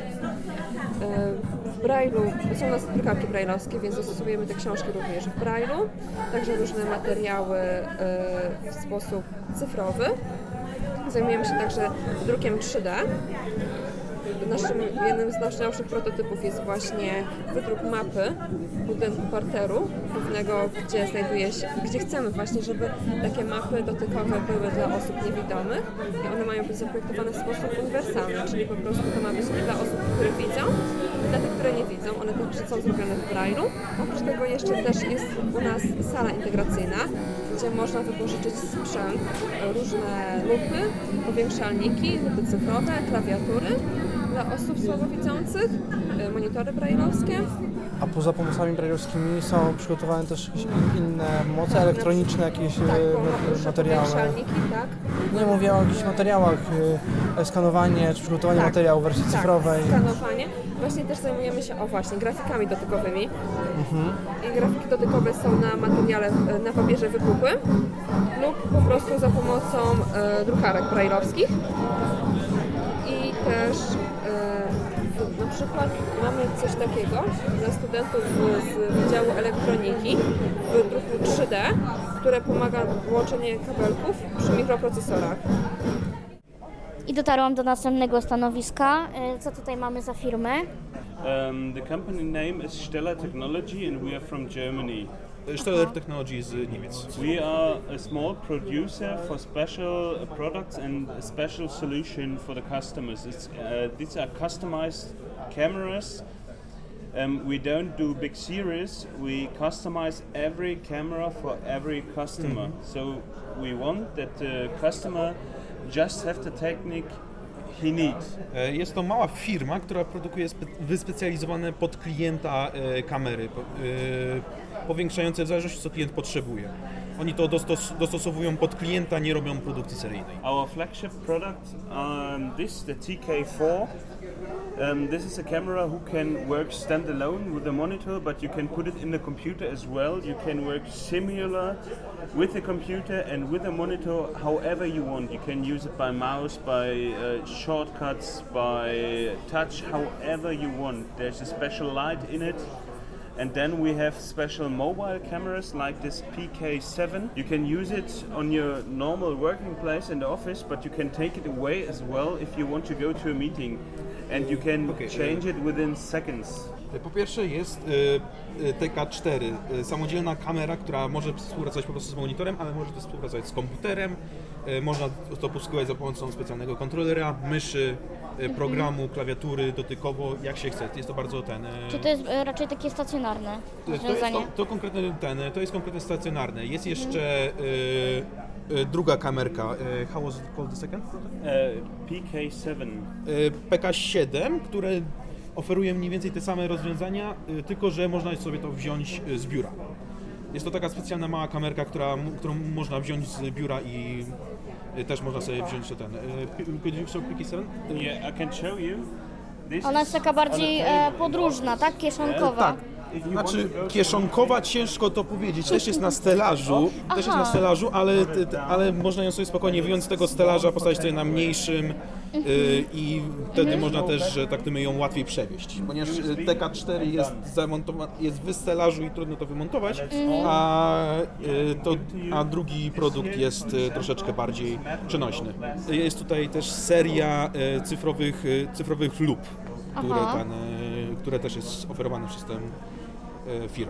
Speaker 11: W Braille'u są u nas drukarki brajlowskie, więc dostosowujemy te książki również w Braille'u, także różne materiały w sposób cyfrowy. Zajmujemy się także drukiem trzy D. naszym, jednym z najnowszych prototypów jest właśnie wydruk mapy budynku parteru głównego, gdzie znajduje się, gdzie chcemy właśnie, żeby takie mapy dotykowe były dla osób niewidomych i one mają być zaprojektowane w sposób uniwersalny, czyli po prostu to ma być i dla osób, które widzą, i dla tych, które nie widzą. One też są zrobione w Braille'u. Oprócz tego jeszcze też jest u nas sala integracyjna, gdzie można wypożyczyć sprzęt, różne lupy, powiększalniki, lupy cyfrowe, klawiatury dla osób słabowidzących, monitory brajlowskie.
Speaker 12: A poza pomocami brajlowskimi są przygotowane też jakieś inne moce tak, elektroniczne, jakieś
Speaker 11: tak,
Speaker 12: materiały?
Speaker 11: Tak.
Speaker 12: Nie mówię o jakichś materiałach, skanowanie czy przygotowanie tak, materiału w wersji
Speaker 11: tak,
Speaker 12: cyfrowej.
Speaker 11: skanowanie. Właśnie też zajmujemy się, o właśnie, grafikami dotykowymi.
Speaker 12: Mhm.
Speaker 11: I grafiki dotykowe są na materiale, na papierze wypukłym lub po prostu za pomocą e, drukarek brajlowskich. I też e, na przykład mamy coś takiego dla studentów z, z Wydziału Elektroniki w druku trzy D, które pomaga w łączeniu kabelków przy mikroprocesorach.
Speaker 3: I dotarłam do następnego stanowiska. Co tutaj mamy za firmę?
Speaker 13: Um, the company name is Stellar Technology and we are from Germany.
Speaker 14: Stellar Technology z Niemiec.
Speaker 13: We are a small producer for special products and a special solution for the customers. It's, uh, these are customized cameras. Um, we don't do big series. We customize every camera for every customer. Mm-hmm. So we want that the customer just have the technique he needs.
Speaker 14: Jest to mała firma, która produkuje spe- wyspecjalizowane pod klienta e, kamery, e, powiększające w zależności co klient potrzebuje. Oni to dostos- dostosowują pod klienta, nie robią produkcji seryjnej.
Speaker 13: Our flagship product, um, this the T K four. Um, this is a camera who can work standalone with the monitor, but you can put it in the computer as well. You can work similar with the computer and with the monitor however you want. You can use it by mouse, by uh, shortcuts, by touch, however you want. There's a special light in it. And then we have special mobile cameras like this P K seven. You can use it on your normal working place in the office, but you can take it away as well if you want to go to a meeting. And you can okay. change it within seconds.
Speaker 14: Po pierwsze jest y, T K cztery, y, samodzielna kamera, która może współpracować po prostu z monitorem, ale może też współpracować z komputerem. Y, można to posługiwać za pomocą specjalnego kontrolera, myszy, y, programu, klawiatury, dotykowo, jak się chce. Jest to bardzo ten... Y,
Speaker 3: Czy to jest y, raczej takie stacjonarne rozwiązanie?
Speaker 14: To, jest to, to, konkretny, ten, to jest konkretnie stacjonarne. Jest jeszcze y, y, druga kamerka. Y, how was it called the second?
Speaker 13: Uh, P K seven.
Speaker 14: Y, P K siedem, które oferuje mniej więcej te same rozwiązania, y, tylko że można sobie to wziąć y, z biura. Jest to taka specjalna mała kamerka, która, którą można wziąć z biura i y, też można sobie wziąć ten. Y, could you show P K seven?
Speaker 13: Yeah, I can show you. This
Speaker 3: Ona jest taka bardziej e, podróżna, tak? Kieszonkowa.
Speaker 14: Tak. Znaczy kieszonkowa ciężko to powiedzieć, też jest na stelażu, też jest na stelażu, ale, ale można ją sobie spokojnie wyjąć z tego stelaża, postawić sobie na mniejszym yy, i wtedy mhm. można też, że tak my ją łatwiej przewieźć, ponieważ T K cztery jest zamontowa- jest w stelażu i trudno to wymontować, mhm. a, yy, to, a drugi produkt jest yy, troszeczkę bardziej przenośny. Jest tutaj też seria yy, cyfrowych, yy, cyfrowych lup, które, ten, yy, które też jest oferowane przez tę firmę.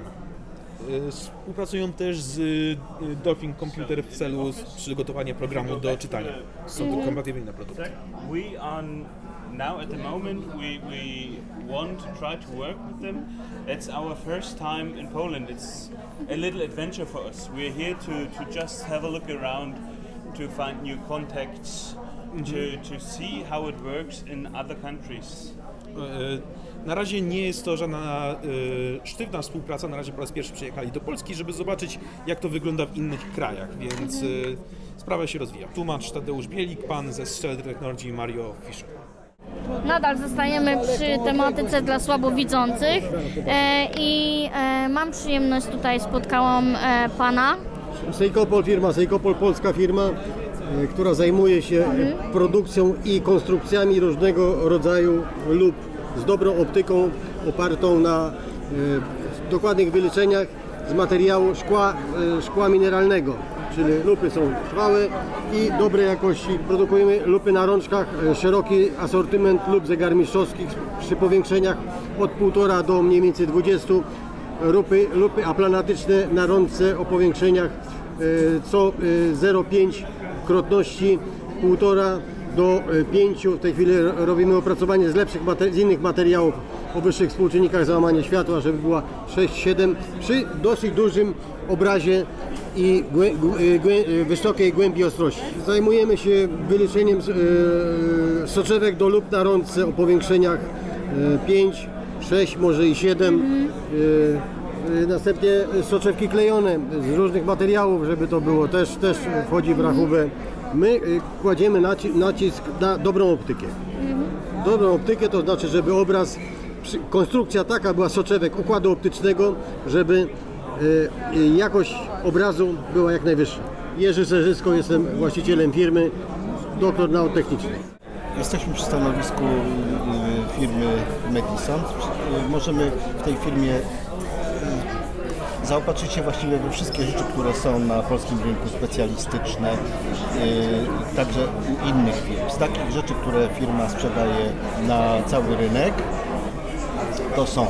Speaker 14: Współpracują też z Dolphin Computer w celu przygotowania programu do czytania. Są to kompatybilne produkty.
Speaker 13: We are now at the moment we we want to try to work with them. It's our first time in Poland. It's a little adventure for us. We're here to to just have a look around, to find new contacts, to to see how it works in other countries.
Speaker 14: Na razie nie jest to żadna y, sztywna współpraca, na razie po raz pierwszy przyjechali do Polski, żeby zobaczyć, jak to wygląda w innych krajach, więc y, sprawa się rozwija. Tłumacz Tadeusz Bielik, pan ze Stellar Technology Mario Fischer.
Speaker 3: Nadal zostajemy przy tematyce dla słabowidzących e, i e, mam przyjemność, tutaj spotkałam e, pana.
Speaker 15: Seikopol firma, Seikopol polska firma, e, która zajmuje się mhm. produkcją i konstrukcjami różnego rodzaju lup z dobrą optyką opartą na e, dokładnych wyliczeniach z materiału szkła, e, szkła mineralnego. czyli lupy są trwałe i dobrej jakości. Produkujemy lupy na rączkach, szeroki asortyment lup zegarmistrzowskich przy powiększeniach od półtora do mniej więcej dwudziestu. Lupy, lupy aplanatyczne na rączce o powiększeniach co zero przecinek pięć krotności, półtora do pięciu. W tej chwili robimy opracowanie z lepszych, z innych materiałów o wyższych współczynnikach załamania światła, żeby była sześć siedem przy dosyć dużym obrazie i głę, głę, wysokiej głębi ostrości. Zajmujemy się wyliczeniem e, soczewek do lub na rączce o powiększeniach e, pięć, sześć, może i siedem. Mm. E, e, następnie soczewki klejone z różnych materiałów, żeby to było, też, też wchodzi w rachubę. My e, kładziemy naci nacisk na dobrą optykę. Mm. Dobrą optykę to znaczy, żeby obraz, konstrukcja taka była soczewek układu optycznego, żeby jakość obrazu była jak najwyższa. Jerzy Serzysko, jestem właścicielem firmy, doktor nauk technicznych.
Speaker 16: Jesteśmy przy stanowisku firmy Medison. Możemy w tej firmie zaopatrzyć się właściwie we wszystkie rzeczy, które są na polskim rynku specjalistyczne, także u innych firm. Z takich rzeczy, które firma sprzedaje na cały rynek, to są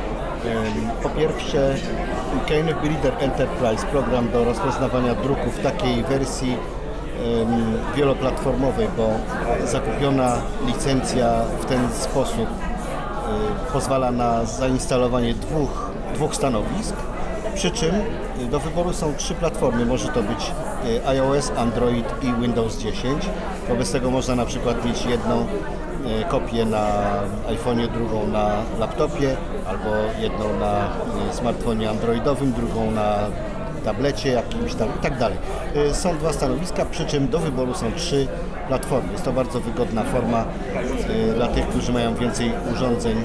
Speaker 16: po pierwsze Canef Reader Enterprise, program do rozpoznawania druku w takiej wersji um, wieloplatformowej, bo zakupiona licencja w ten sposób um, pozwala na zainstalowanie dwóch, dwóch stanowisk, przy czym do wyboru są trzy platformy, może to być iOS, Android i Windows dziesięć. Wobec tego można na przykład mieć jedną kopię na iPhone'ie, drugą na laptopie, albo jedną na smartfonie androidowym, drugą na tablecie jakimś tam i tak dalej. Są dwa stanowiska, przy czym do wyboru są trzy platformy. Jest to bardzo wygodna forma dla tych, którzy mają więcej urządzeń.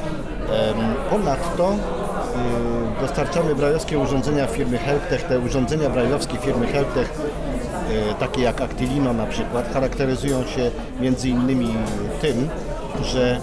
Speaker 16: Ponadto dostarczamy brajlowskie urządzenia firmy Helptech. Te urządzenia brajlowskie firmy Helptech, takie jak Actilino na przykład, charakteryzują się między innymi tym, że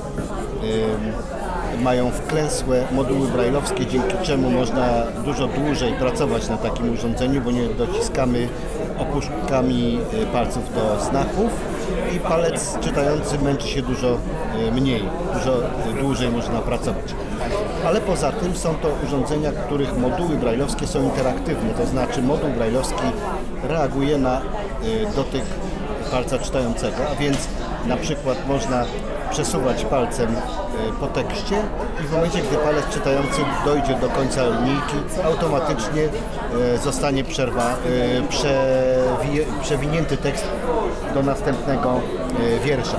Speaker 16: mają wklęsłe moduły brajlowskie, dzięki czemu można dużo dłużej pracować na takim urządzeniu, bo nie dociskamy opuszkami palców do znaków i palec czytający męczy się dużo mniej, dużo dłużej można pracować. Ale poza tym są to urządzenia, których moduły brajlowskie są interaktywne, to znaczy moduł brajlowski reaguje na dotyk palca czytającego, a więc na przykład można przesuwać palcem po tekście i w momencie, gdy palec czytający dojdzie do końca linijki, automatycznie zostanie przerwa, przewi, przewinięty tekst do następnego wiersza.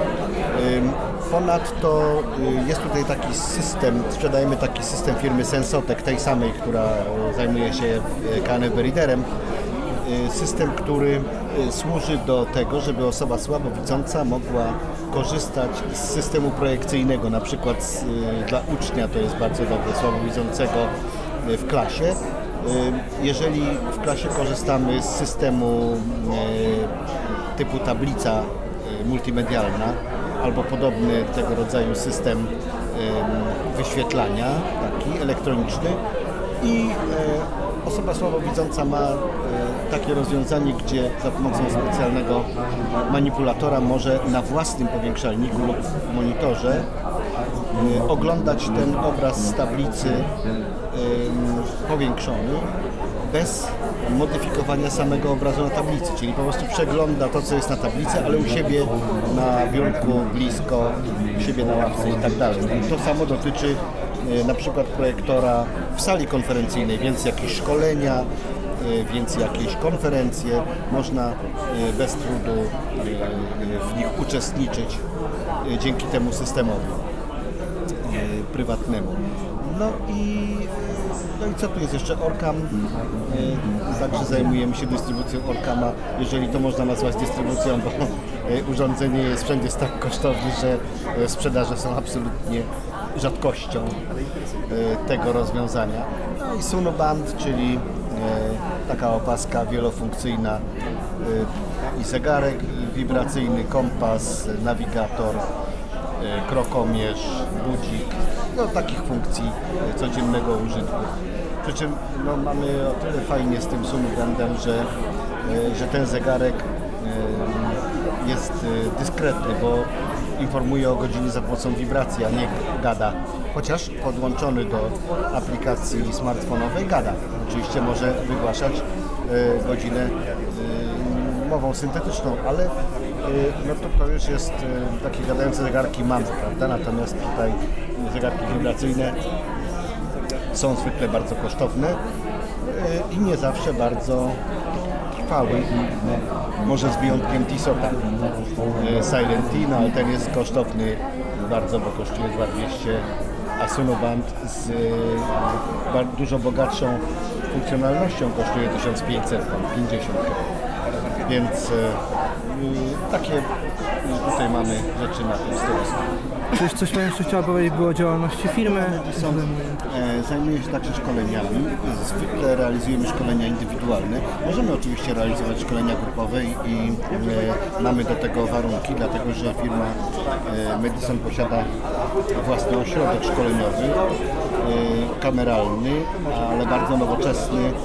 Speaker 16: Ponadto jest tutaj taki system, sprzedajemy taki system firmy Sensotec, tej samej, która zajmuje się Canef Readerem. System, który służy do tego, żeby osoba słabowidząca mogła korzystać z systemu projekcyjnego, na przykład z, dla ucznia to jest bardzo dobre, słabowidzącego w klasie. Jeżeli w klasie korzystamy z systemu typu tablica multimedialna albo podobny tego rodzaju system wyświetlania, taki elektroniczny, i osoba słabowidząca ma takie rozwiązanie, gdzie za pomocą specjalnego manipulatora może na własnym powiększalniku lub monitorze oglądać ten obraz z tablicy powiększony bez modyfikowania samego obrazu na tablicy, czyli po prostu przegląda to, co jest na tablicy, ale u siebie na biurku, blisko, u siebie na ławce i tak dalej. To samo dotyczy na przykład projektora w sali konferencyjnej, więc jakieś szkolenia, więc jakieś konferencje można bez trudu w nich uczestniczyć dzięki temu systemowi prywatnemu. No i, no i co tu jest jeszcze? Orcam, także zajmujemy się dystrybucją Orcama, jeżeli to można nazwać dystrybucją, bo urządzenie jest wszędzie tak kosztowne, że sprzedaże są absolutnie rzadkością tego rozwiązania. No i Sunoband, czyli taka opaska wielofunkcyjna i zegarek, i wibracyjny kompas, nawigator, krokomierz, budzik, no takich funkcji codziennego użytku Przy czym no, mamy o tyle fajnie z tym Sunbrandem, że, że ten zegarek jest dyskretny, bo informuje o godzinie za pomocą wibracji, a nie gada. Chociaż podłączony do aplikacji smartfonowej gada. Oczywiście może wygłaszać godzinę mową syntetyczną, ale no to, to już jest takie gadające zegarki mamy, prawda? Natomiast tutaj zegarki wibracyjne są zwykle bardzo kosztowne i nie zawsze bardzo trwały. Może z wyjątkiem Tissota Silent T, no ale ten jest kosztowny bardzo, bo kosztuje dwa tysiące dwieście, a Sunoband z dużo bogatszą funkcjonalnością kosztuje tysiąc pięćset pięćdziesiąt. Więc y, takie tutaj mamy rzeczy na tym stanowisku.
Speaker 12: Coś, coś Pan jeszcze chciała powiedzieć było o działalności firmy?
Speaker 16: Są, e, zajmuję się także szkoleniami. Zwykle realizujemy szkolenia indywidualne. Możemy oczywiście realizować szkolenia grupowe i, i e, mamy do tego warunki, dlatego że firma e, Medison posiada własny ośrodek szkoleniowy, e, kameralny, ale bardzo nowoczesny, e,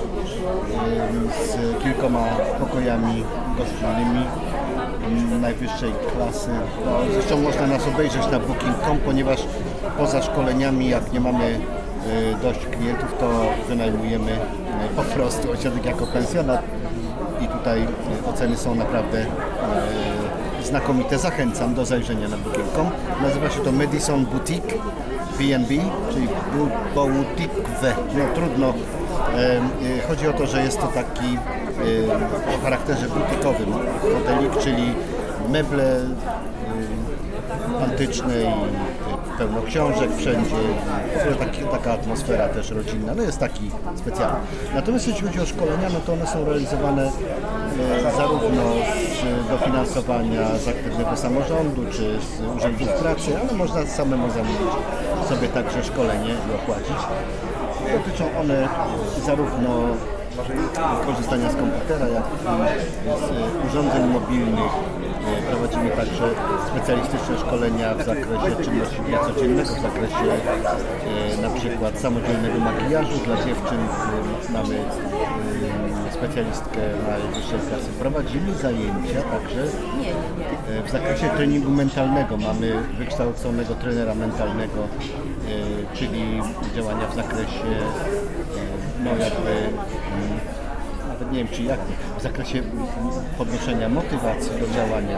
Speaker 16: z kilkoma pokojami gościnnymi najwyższej klasy. No, zresztą można nas obejrzeć na booking kropka com, ponieważ poza szkoleniami, jak nie mamy y, dość klientów, to wynajmujemy y, po prostu ośrodek jako pensjonat i tutaj y, oceny są naprawdę y, znakomite. Zachęcam do zajrzenia na booking kropka com. Nazywa się to Medison Boutique B and B, czyli boutique. No trudno. Chodzi o to, że jest to taki o charakterze butikowym hotelik, czyli meble antyczne i pełno książek wszędzie, w ogóle taki, taka atmosfera też rodzinna, no jest taki specjalny. Natomiast jeśli chodzi o szkolenia, no to one są realizowane e, zarówno z dofinansowania z aktywnego samorządu, czy z urzędów pracy, ale można samemu zamówić sobie także szkolenie i opłacić. Dotyczą one zarówno korzystania z komputera, jak i z urządzeń mobilnych. Prowadzimy także specjalistyczne szkolenia w zakresie czynności dnia codziennego, w zakresie e, na przykład samodzielnego makijażu dla dziewczyn. E, mamy e, specjalistkę najwyższej klasy. Prowadzimy zajęcia także e, w zakresie treningu mentalnego. Mamy wykształconego trenera mentalnego, e, czyli działania w zakresie e, no jakby nie wiem czy jak, w zakresie podnoszenia motywacji do działania,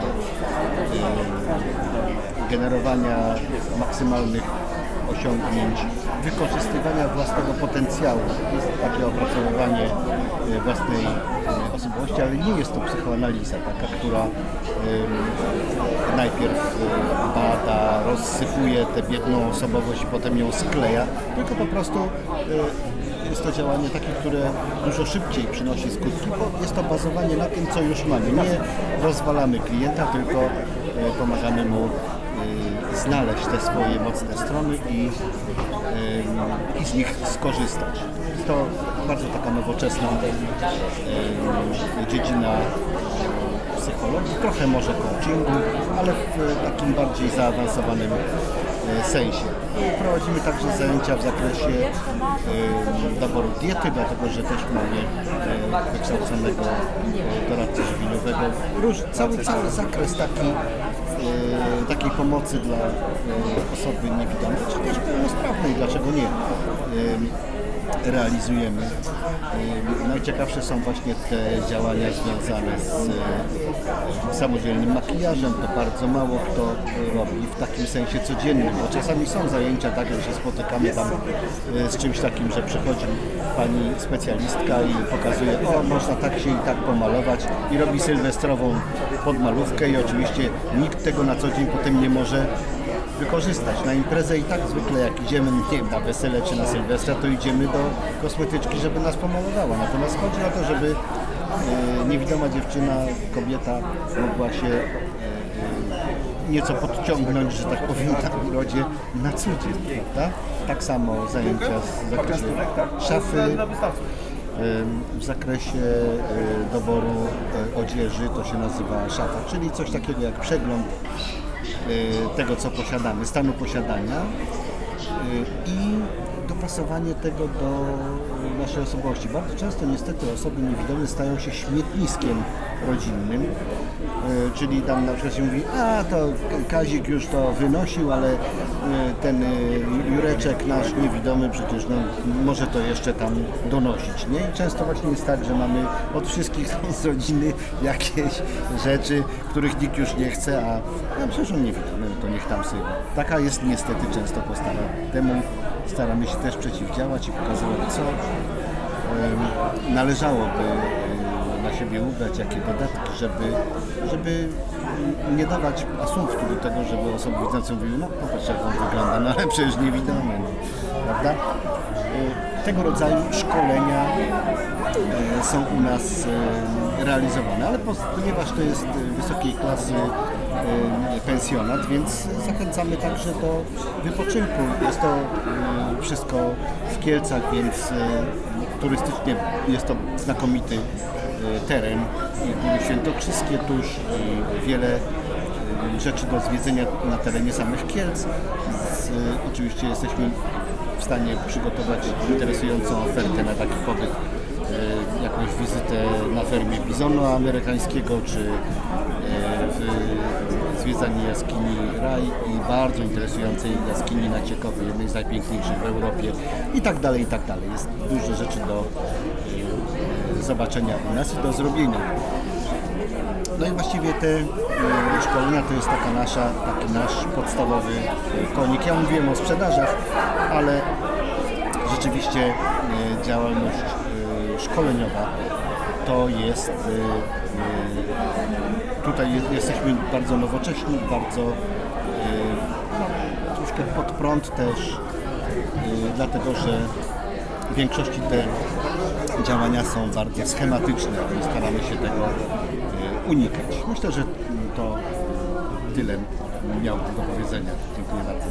Speaker 16: yy, generowania maksymalnych osiągnięć, wykorzystywania własnego potencjału. Jest takie opracowywanie yy, własnej yy, osobowości, ale nie jest to psychoanaliza taka, która yy, najpierw yy, bada, rozsypuje tę biedną osobowość i potem ją skleja, tylko po prostu yy, jest to działanie takie, które dużo szybciej przynosi skutki, bo jest to bazowanie na tym, co już mamy. Nie rozwalamy klienta, tylko pomagamy mu znaleźć te swoje mocne strony i, i z nich skorzystać. Jest to bardzo taka nowoczesna dziedzina psychologii, trochę może coachingu, ale w takim bardziej zaawansowanym sensie. Prowadzimy także zajęcia w zakresie y, doboru diety, dlatego że też mamy y, wykształconego y, doradcę żywieniowego. Róż, cały, cały zakres taki, y, takiej pomocy dla y, osoby niewidomej, czy też pełnosprawnej, dlaczego nie. Y, realizujemy. Najciekawsze są właśnie te działania związane z samodzielnym makijażem. To bardzo mało kto robi w takim sensie codziennym, bo czasami są zajęcia tak, że się spotykamy tam z czymś takim, że przychodzi pani specjalistka i pokazuje, o można tak się i tak pomalować i robi sylwestrową podmalówkę i oczywiście nikt tego na co dzień potem nie może wykorzystać. Na imprezę i tak zwykle jak idziemy, nie wiem, na wesele czy na Sylwestra, to idziemy do kosmetyczki, żeby nas pomalowała. Natomiast chodzi o to, żeby e, niewidoma dziewczyna, kobieta mogła się e, nieco podciągnąć, że tak powiem, na urodzie na co dzień, prawda? Tak samo zajęcia z zakresu szafy. W zakresie doboru odzieży to się nazywa szafa, czyli coś takiego jak przegląd tego, co posiadamy, stanu posiadania i dopasowanie tego do naszej osobowości. Bardzo często niestety osoby niewidome stają się śmietniskiem rodzinnym, yy, czyli tam na przykład się mówi, a to Kazik już to wynosił, ale yy, ten yy, Jureczek nasz niewidomy przecież no, może to jeszcze tam donosić, nie? I często właśnie jest tak, że mamy od wszystkich z rodziny jakieś rzeczy, których nikt już nie chce, a no, przecież on niewidomy, to niech tam sobie. Taka jest niestety często postawa. Temu staramy się też przeciwdziałać i pokazywać, co um, należałoby um, na siebie ubrać, jakie dodatki, żeby, żeby nie dawać asumptu do tego, żeby osoby widzące mówiły, no popatrz jak on wygląda, no ale przecież niewidomy, no, prawda? Tego rodzaju szkolenia są u nas realizowane, ale ponieważ to jest wysokiej klasy pensjonat, więc zachęcamy także do wypoczynku. Jest to wszystko w Kielcach, więc turystycznie jest to znakomity teren i Góry Świętokrzyskie tuż i wiele rzeczy do zwiedzenia na terenie samych Kielc. Z, oczywiście jesteśmy w stanie przygotować interesującą ofertę na taki pobyt, e, jakąś wizytę na fermie bizonu amerykańskiego, czy e, w, zwiedzanie jaskini Raj i bardzo interesującej jaskini na Ciekowie, jednej z najpiękniejszych w Europie i tak dalej, i tak dalej. Jest dużo rzeczy do e, zobaczenia u nas i do zrobienia. No i właściwie te e, szkolenia to jest taka nasza, taki nasz podstawowy e, konik. Ja mówiłem o sprzedażach, ale rzeczywiście e, działalność e, szkoleniowa to jest, e, e, tutaj jest, jesteśmy bardzo nowocześni, bardzo e, no, troszkę pod prąd też, e, dlatego że w większości te działania są bardzo schematyczne i staramy się tego unikać. Myślę, że to tyle miałbym do powiedzenia. Dziękuję bardzo.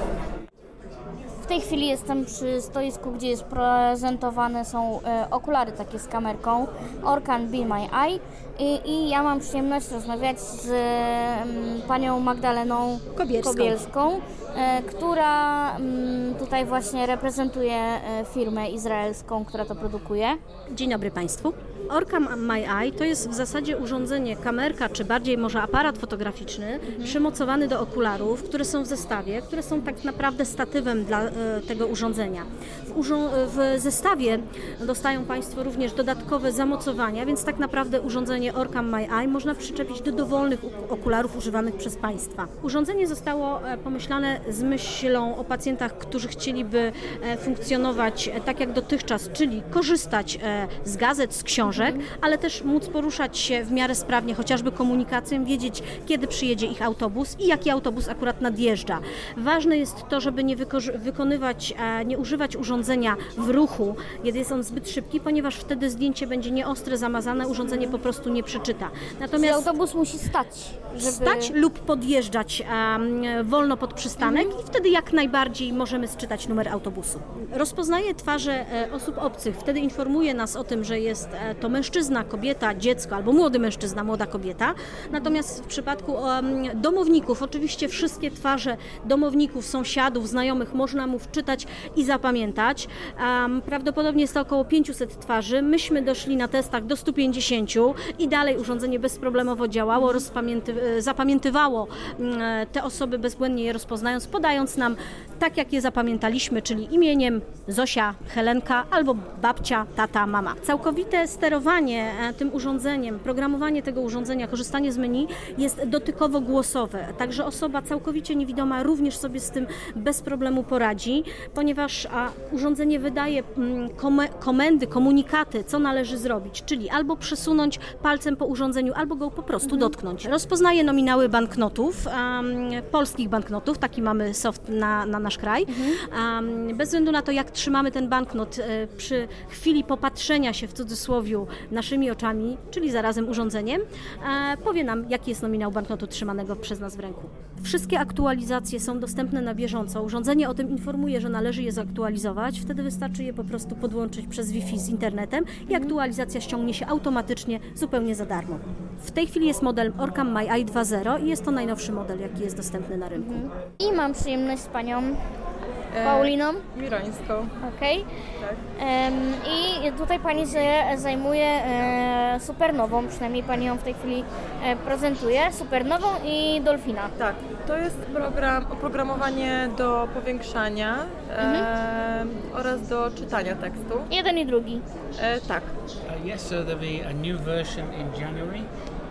Speaker 3: W tej chwili jestem przy stoisku, gdzie jest prezentowane są e, okulary takie z kamerką Orkan Be My Eye i, i ja mam przyjemność rozmawiać z e, panią Magdaleną
Speaker 17: Kobielską,
Speaker 3: Kobielską e, która m, tutaj właśnie reprezentuje e, firmę izraelską, która to produkuje.
Speaker 17: Dzień dobry Państwu. Orkan My Eye to jest w zasadzie urządzenie, kamerka, czy bardziej może aparat fotograficzny, mhm. przymocowany do okularów, które są w zestawie, które są tak naprawdę statywem dla e, tego urządzenia. W, urząd- w zestawie dostają Państwo również dodatkowe zamocowania, więc tak naprawdę urządzenie Orkan My Eye można przyczepić do dowolnych okularów używanych przez Państwa. Urządzenie zostało e, pomyślane z myślą o pacjentach, którzy chcieliby e, funkcjonować e, tak jak dotychczas, czyli korzystać e, z gazet, z książek, ale też móc poruszać się w miarę sprawnie, chociażby komunikacją, wiedzieć, kiedy przyjedzie ich autobus i jaki autobus akurat nadjeżdża. Ważne jest to, żeby nie wyko- wykonywać, nie używać urządzenia w ruchu, kiedy jest on zbyt szybki, ponieważ wtedy zdjęcie będzie nieostre, zamazane, urządzenie po prostu nie przeczyta.
Speaker 3: Natomiast czyli autobus musi stać, żeby...
Speaker 17: Stać lub podjeżdżać um, wolno pod przystanek mhm. i wtedy jak najbardziej możemy sczytać numer autobusu. Rozpoznaje twarze e, osób obcych, wtedy informuje nas o tym, że jest e, to mężczyzna, kobieta, dziecko albo młody mężczyzna, młoda kobieta. Natomiast w przypadku um, domowników, oczywiście wszystkie twarze domowników, sąsiadów, znajomych można mu wczytać i zapamiętać. Um, prawdopodobnie jest to około pięćset twarzy. Myśmy doszli na testach do stu pięćdziesięciu i dalej urządzenie bezproblemowo działało, rozpamięty, zapamiętywało um, te osoby bezbłędnie je rozpoznając, podając nam tak jak je zapamiętaliśmy, czyli imieniem Zosia, Helenka albo babcia, tata, mama. Całkowite sterowanie tym urządzeniem, programowanie tego urządzenia, korzystanie z menu jest dotykowo-głosowe, także osoba całkowicie niewidoma również sobie z tym bez problemu poradzi, ponieważ a, urządzenie wydaje mm, kom- komendy, komunikaty, co należy zrobić, czyli albo przesunąć palcem po urządzeniu, albo go po prostu mhm. dotknąć. Rozpoznaje nominały banknotów, um, polskich banknotów, taki mamy soft na, na nasz kraj. Mhm. Um, bez względu na to, jak trzymamy ten banknot e, przy chwili popatrzenia się w cudzysłowiu naszymi oczami, czyli zarazem urządzeniem, e, powie nam, jaki jest nominał banknotu trzymanego przez nas w ręku. Wszystkie aktualizacje są dostępne na bieżąco. Urządzenie o tym informuje, że należy je zaktualizować. Wtedy wystarczy je po prostu podłączyć przez Wi-Fi z internetem i aktualizacja ściągnie się automatycznie, zupełnie za darmo. W tej chwili jest model Orkan My Eye dwa zero i jest to najnowszy model, jaki jest dostępny na rynku.
Speaker 3: I mam przyjemność z panią Pauliną?
Speaker 18: Mirańską.
Speaker 3: Okej.
Speaker 18: Tak.
Speaker 3: Em, I tutaj Pani się zajmuje e, Supernową, przynajmniej Pani ją w tej chwili e, prezentuje, Supernową i Dolfina.
Speaker 18: Tak, to jest program, oprogramowanie do powiększania
Speaker 3: Mhm.
Speaker 18: e, oraz do czytania tekstu.
Speaker 3: Jeden i drugi.
Speaker 18: E, tak.
Speaker 19: Uh, yes, so there'll be a new version in January.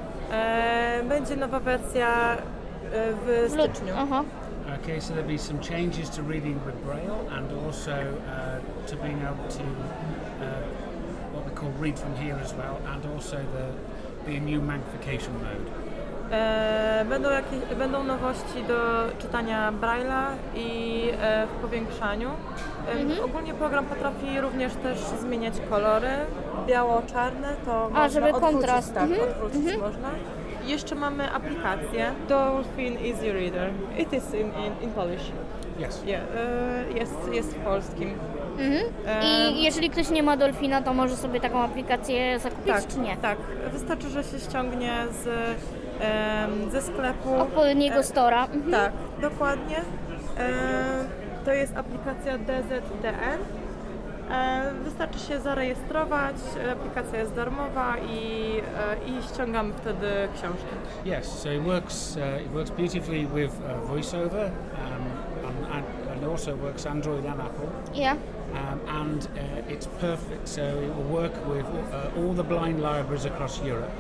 Speaker 18: E, będzie nowa wersja e, w styczniu.
Speaker 3: Aha.
Speaker 19: Okay, so there'll be some changes to reading with Braille and also uh, to being able to uh, what we call read from here as well, and also the be a new magnification mode.
Speaker 18: E, będą, jakieś, będą nowości do czytania Braille'a i e, w powiększaniu. E,
Speaker 3: Mhm.
Speaker 18: Ogólnie program potrafi również też zmieniać kolory. Biało-czarne to
Speaker 3: A,
Speaker 18: można
Speaker 3: żeby
Speaker 18: odwrócić,
Speaker 3: kontrast.
Speaker 18: tak,
Speaker 3: Mhm.
Speaker 18: odwrócić
Speaker 3: Mhm.
Speaker 18: można. I jeszcze mamy aplikację Dolphin Easy Reader. It is in, in, in Polish.
Speaker 19: Yes.
Speaker 18: Yeah, e, jest, jest w polskim.
Speaker 3: Mhm.
Speaker 18: E,
Speaker 3: I jeżeli ktoś nie ma Dolfina, to może sobie taką aplikację zakupić,
Speaker 18: tak,
Speaker 3: czy nie?
Speaker 18: Tak, wystarczy, że się ściągnie z, em, ze sklepu.
Speaker 3: Odpowiedniego
Speaker 18: E,
Speaker 3: stora. Mhm.
Speaker 18: Tak, dokładnie. E, to jest aplikacja D Z D N. E, wystarczy się zarejestrować, aplikacja jest darmowa i, e, i ściągamy wtedy książki.
Speaker 19: Yes, so it works. Uh, it works beautifully with uh, VoiceOver, um, and, and, and also works Android and Apple.
Speaker 3: Yeah.
Speaker 19: Um, and uh, it's perfect. So it will work with uh, all the blind libraries across Europe.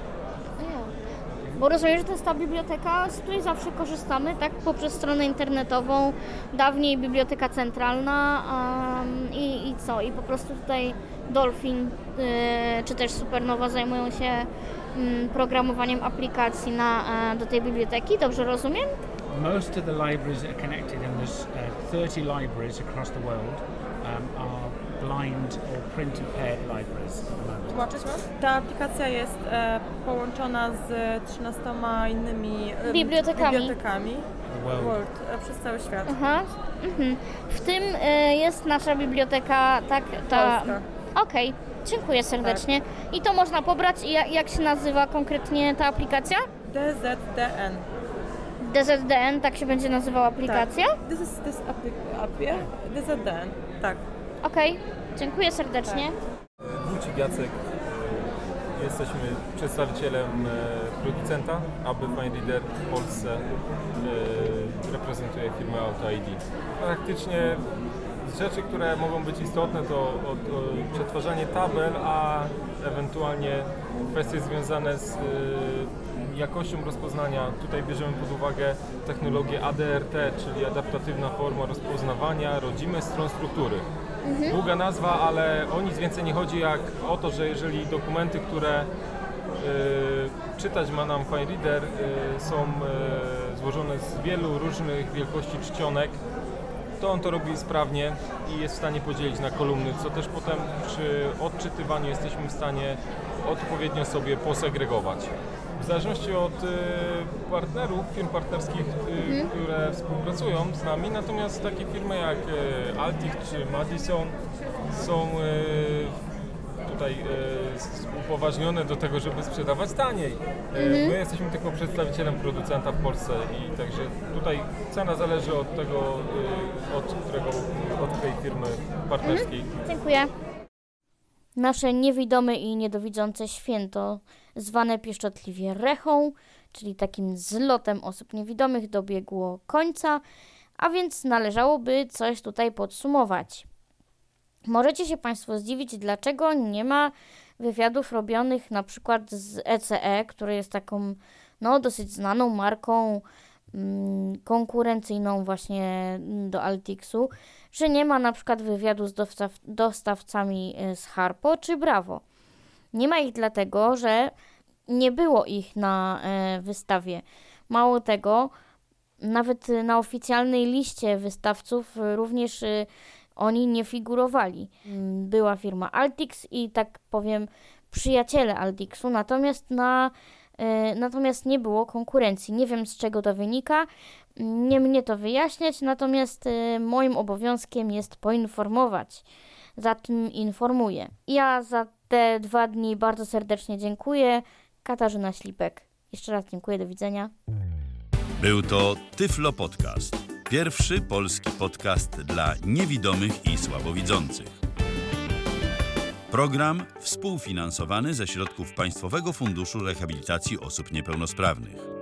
Speaker 3: Bo rozumiem, że to jest ta biblioteka, z której zawsze korzystamy, tak? Poprzez stronę internetową, dawniej Biblioteka Centralna um, i, i co? I po prostu tutaj Dolphin y, czy też Supernowa zajmują się y, programowaniem aplikacji na, y, do tej biblioteki, dobrze rozumiem?
Speaker 19: Most of the libraries that are connected, and there's uh, thirty libraries across the world, um, are blind or print impaired libraries at the moment.
Speaker 18: Tłumaczyć mam? Ta aplikacja jest e, połączona z trzynastoma innymi e,
Speaker 3: Bibliotekami.
Speaker 18: bibliotekami
Speaker 19: World.
Speaker 18: World, e, przez cały świat.
Speaker 3: Aha. Mhm. W tym y, jest nasza biblioteka, tak? Ta...
Speaker 18: Polska.
Speaker 3: Okej, dziękuję serdecznie. I to można pobrać. I jak, jak się nazywa konkretnie ta aplikacja?
Speaker 18: D Z D N.
Speaker 3: D Z D N, tak się będzie nazywała aplikacja?
Speaker 18: Tak. This is this application. D Z D N. Tak.
Speaker 3: Okej, dziękuję serdecznie.
Speaker 20: Wójcik Jacek, jesteśmy przedstawicielem e, producenta, aby FineReader w Polsce e, reprezentuje firmę Auto I D. Praktycznie z rzeczy, które mogą być istotne, to od, o, przetwarzanie tabel, a ewentualnie kwestie związane z e, jakością rozpoznania. Tutaj bierzemy pod uwagę technologię A D R T, czyli adaptatywna forma rozpoznawania rodzimej stron struktury.
Speaker 3: Mhm.
Speaker 20: Długa nazwa, ale o nic więcej nie chodzi jak o to, że jeżeli dokumenty, które y, czytać ma nam FineReader, y, są y, złożone z wielu różnych wielkości czcionek, to on to robi sprawnie i jest w stanie podzielić na kolumny, co też potem przy odczytywaniu jesteśmy w stanie odpowiednio sobie posegregować. W zależności od y, partnerów, firm partnerskich, y,
Speaker 3: Mhm.
Speaker 20: które współpracują z nami, natomiast takie firmy jak y, Altic czy Madison są y, tutaj y, upoważnione do tego, żeby sprzedawać taniej. Y,
Speaker 3: Mhm.
Speaker 20: My jesteśmy tylko przedstawicielem producenta w Polsce i także tutaj cena zależy od tego, y, od, którego, od tej firmy partnerskiej.
Speaker 3: Mhm. Dziękuję. Nasze niewidome i niedowidzące święto, zwane pieszczotliwie Rechą, czyli takim zlotem osób niewidomych, dobiegło końca, a więc należałoby coś tutaj podsumować. Możecie się Państwo zdziwić, dlaczego nie ma wywiadów robionych na przykład z E C E, który jest taką no, dosyć znaną marką mm, konkurencyjną właśnie do Altixu, że nie ma na przykład wywiadu z dostaw, dostawcami z Harpo czy Bravo. Nie ma ich dlatego, że nie było ich na e, wystawie. Mało tego, nawet na oficjalnej liście wystawców również e, oni nie figurowali. Była firma Altix i tak powiem przyjaciele Altixu, natomiast na e, natomiast nie było konkurencji. Nie wiem, z czego to wynika, nie mnie to wyjaśniać, natomiast e, moim obowiązkiem jest poinformować. Zatem informuję. Ja za te dwa dni bardzo serdecznie dziękuję. Katarzyna Ślipek. Jeszcze raz dziękuję, do widzenia.
Speaker 1: Był to Tyflo Podcast. Pierwszy polski podcast dla niewidomych i słabowidzących. Program współfinansowany ze środków Państwowego Funduszu Rehabilitacji Osób Niepełnosprawnych.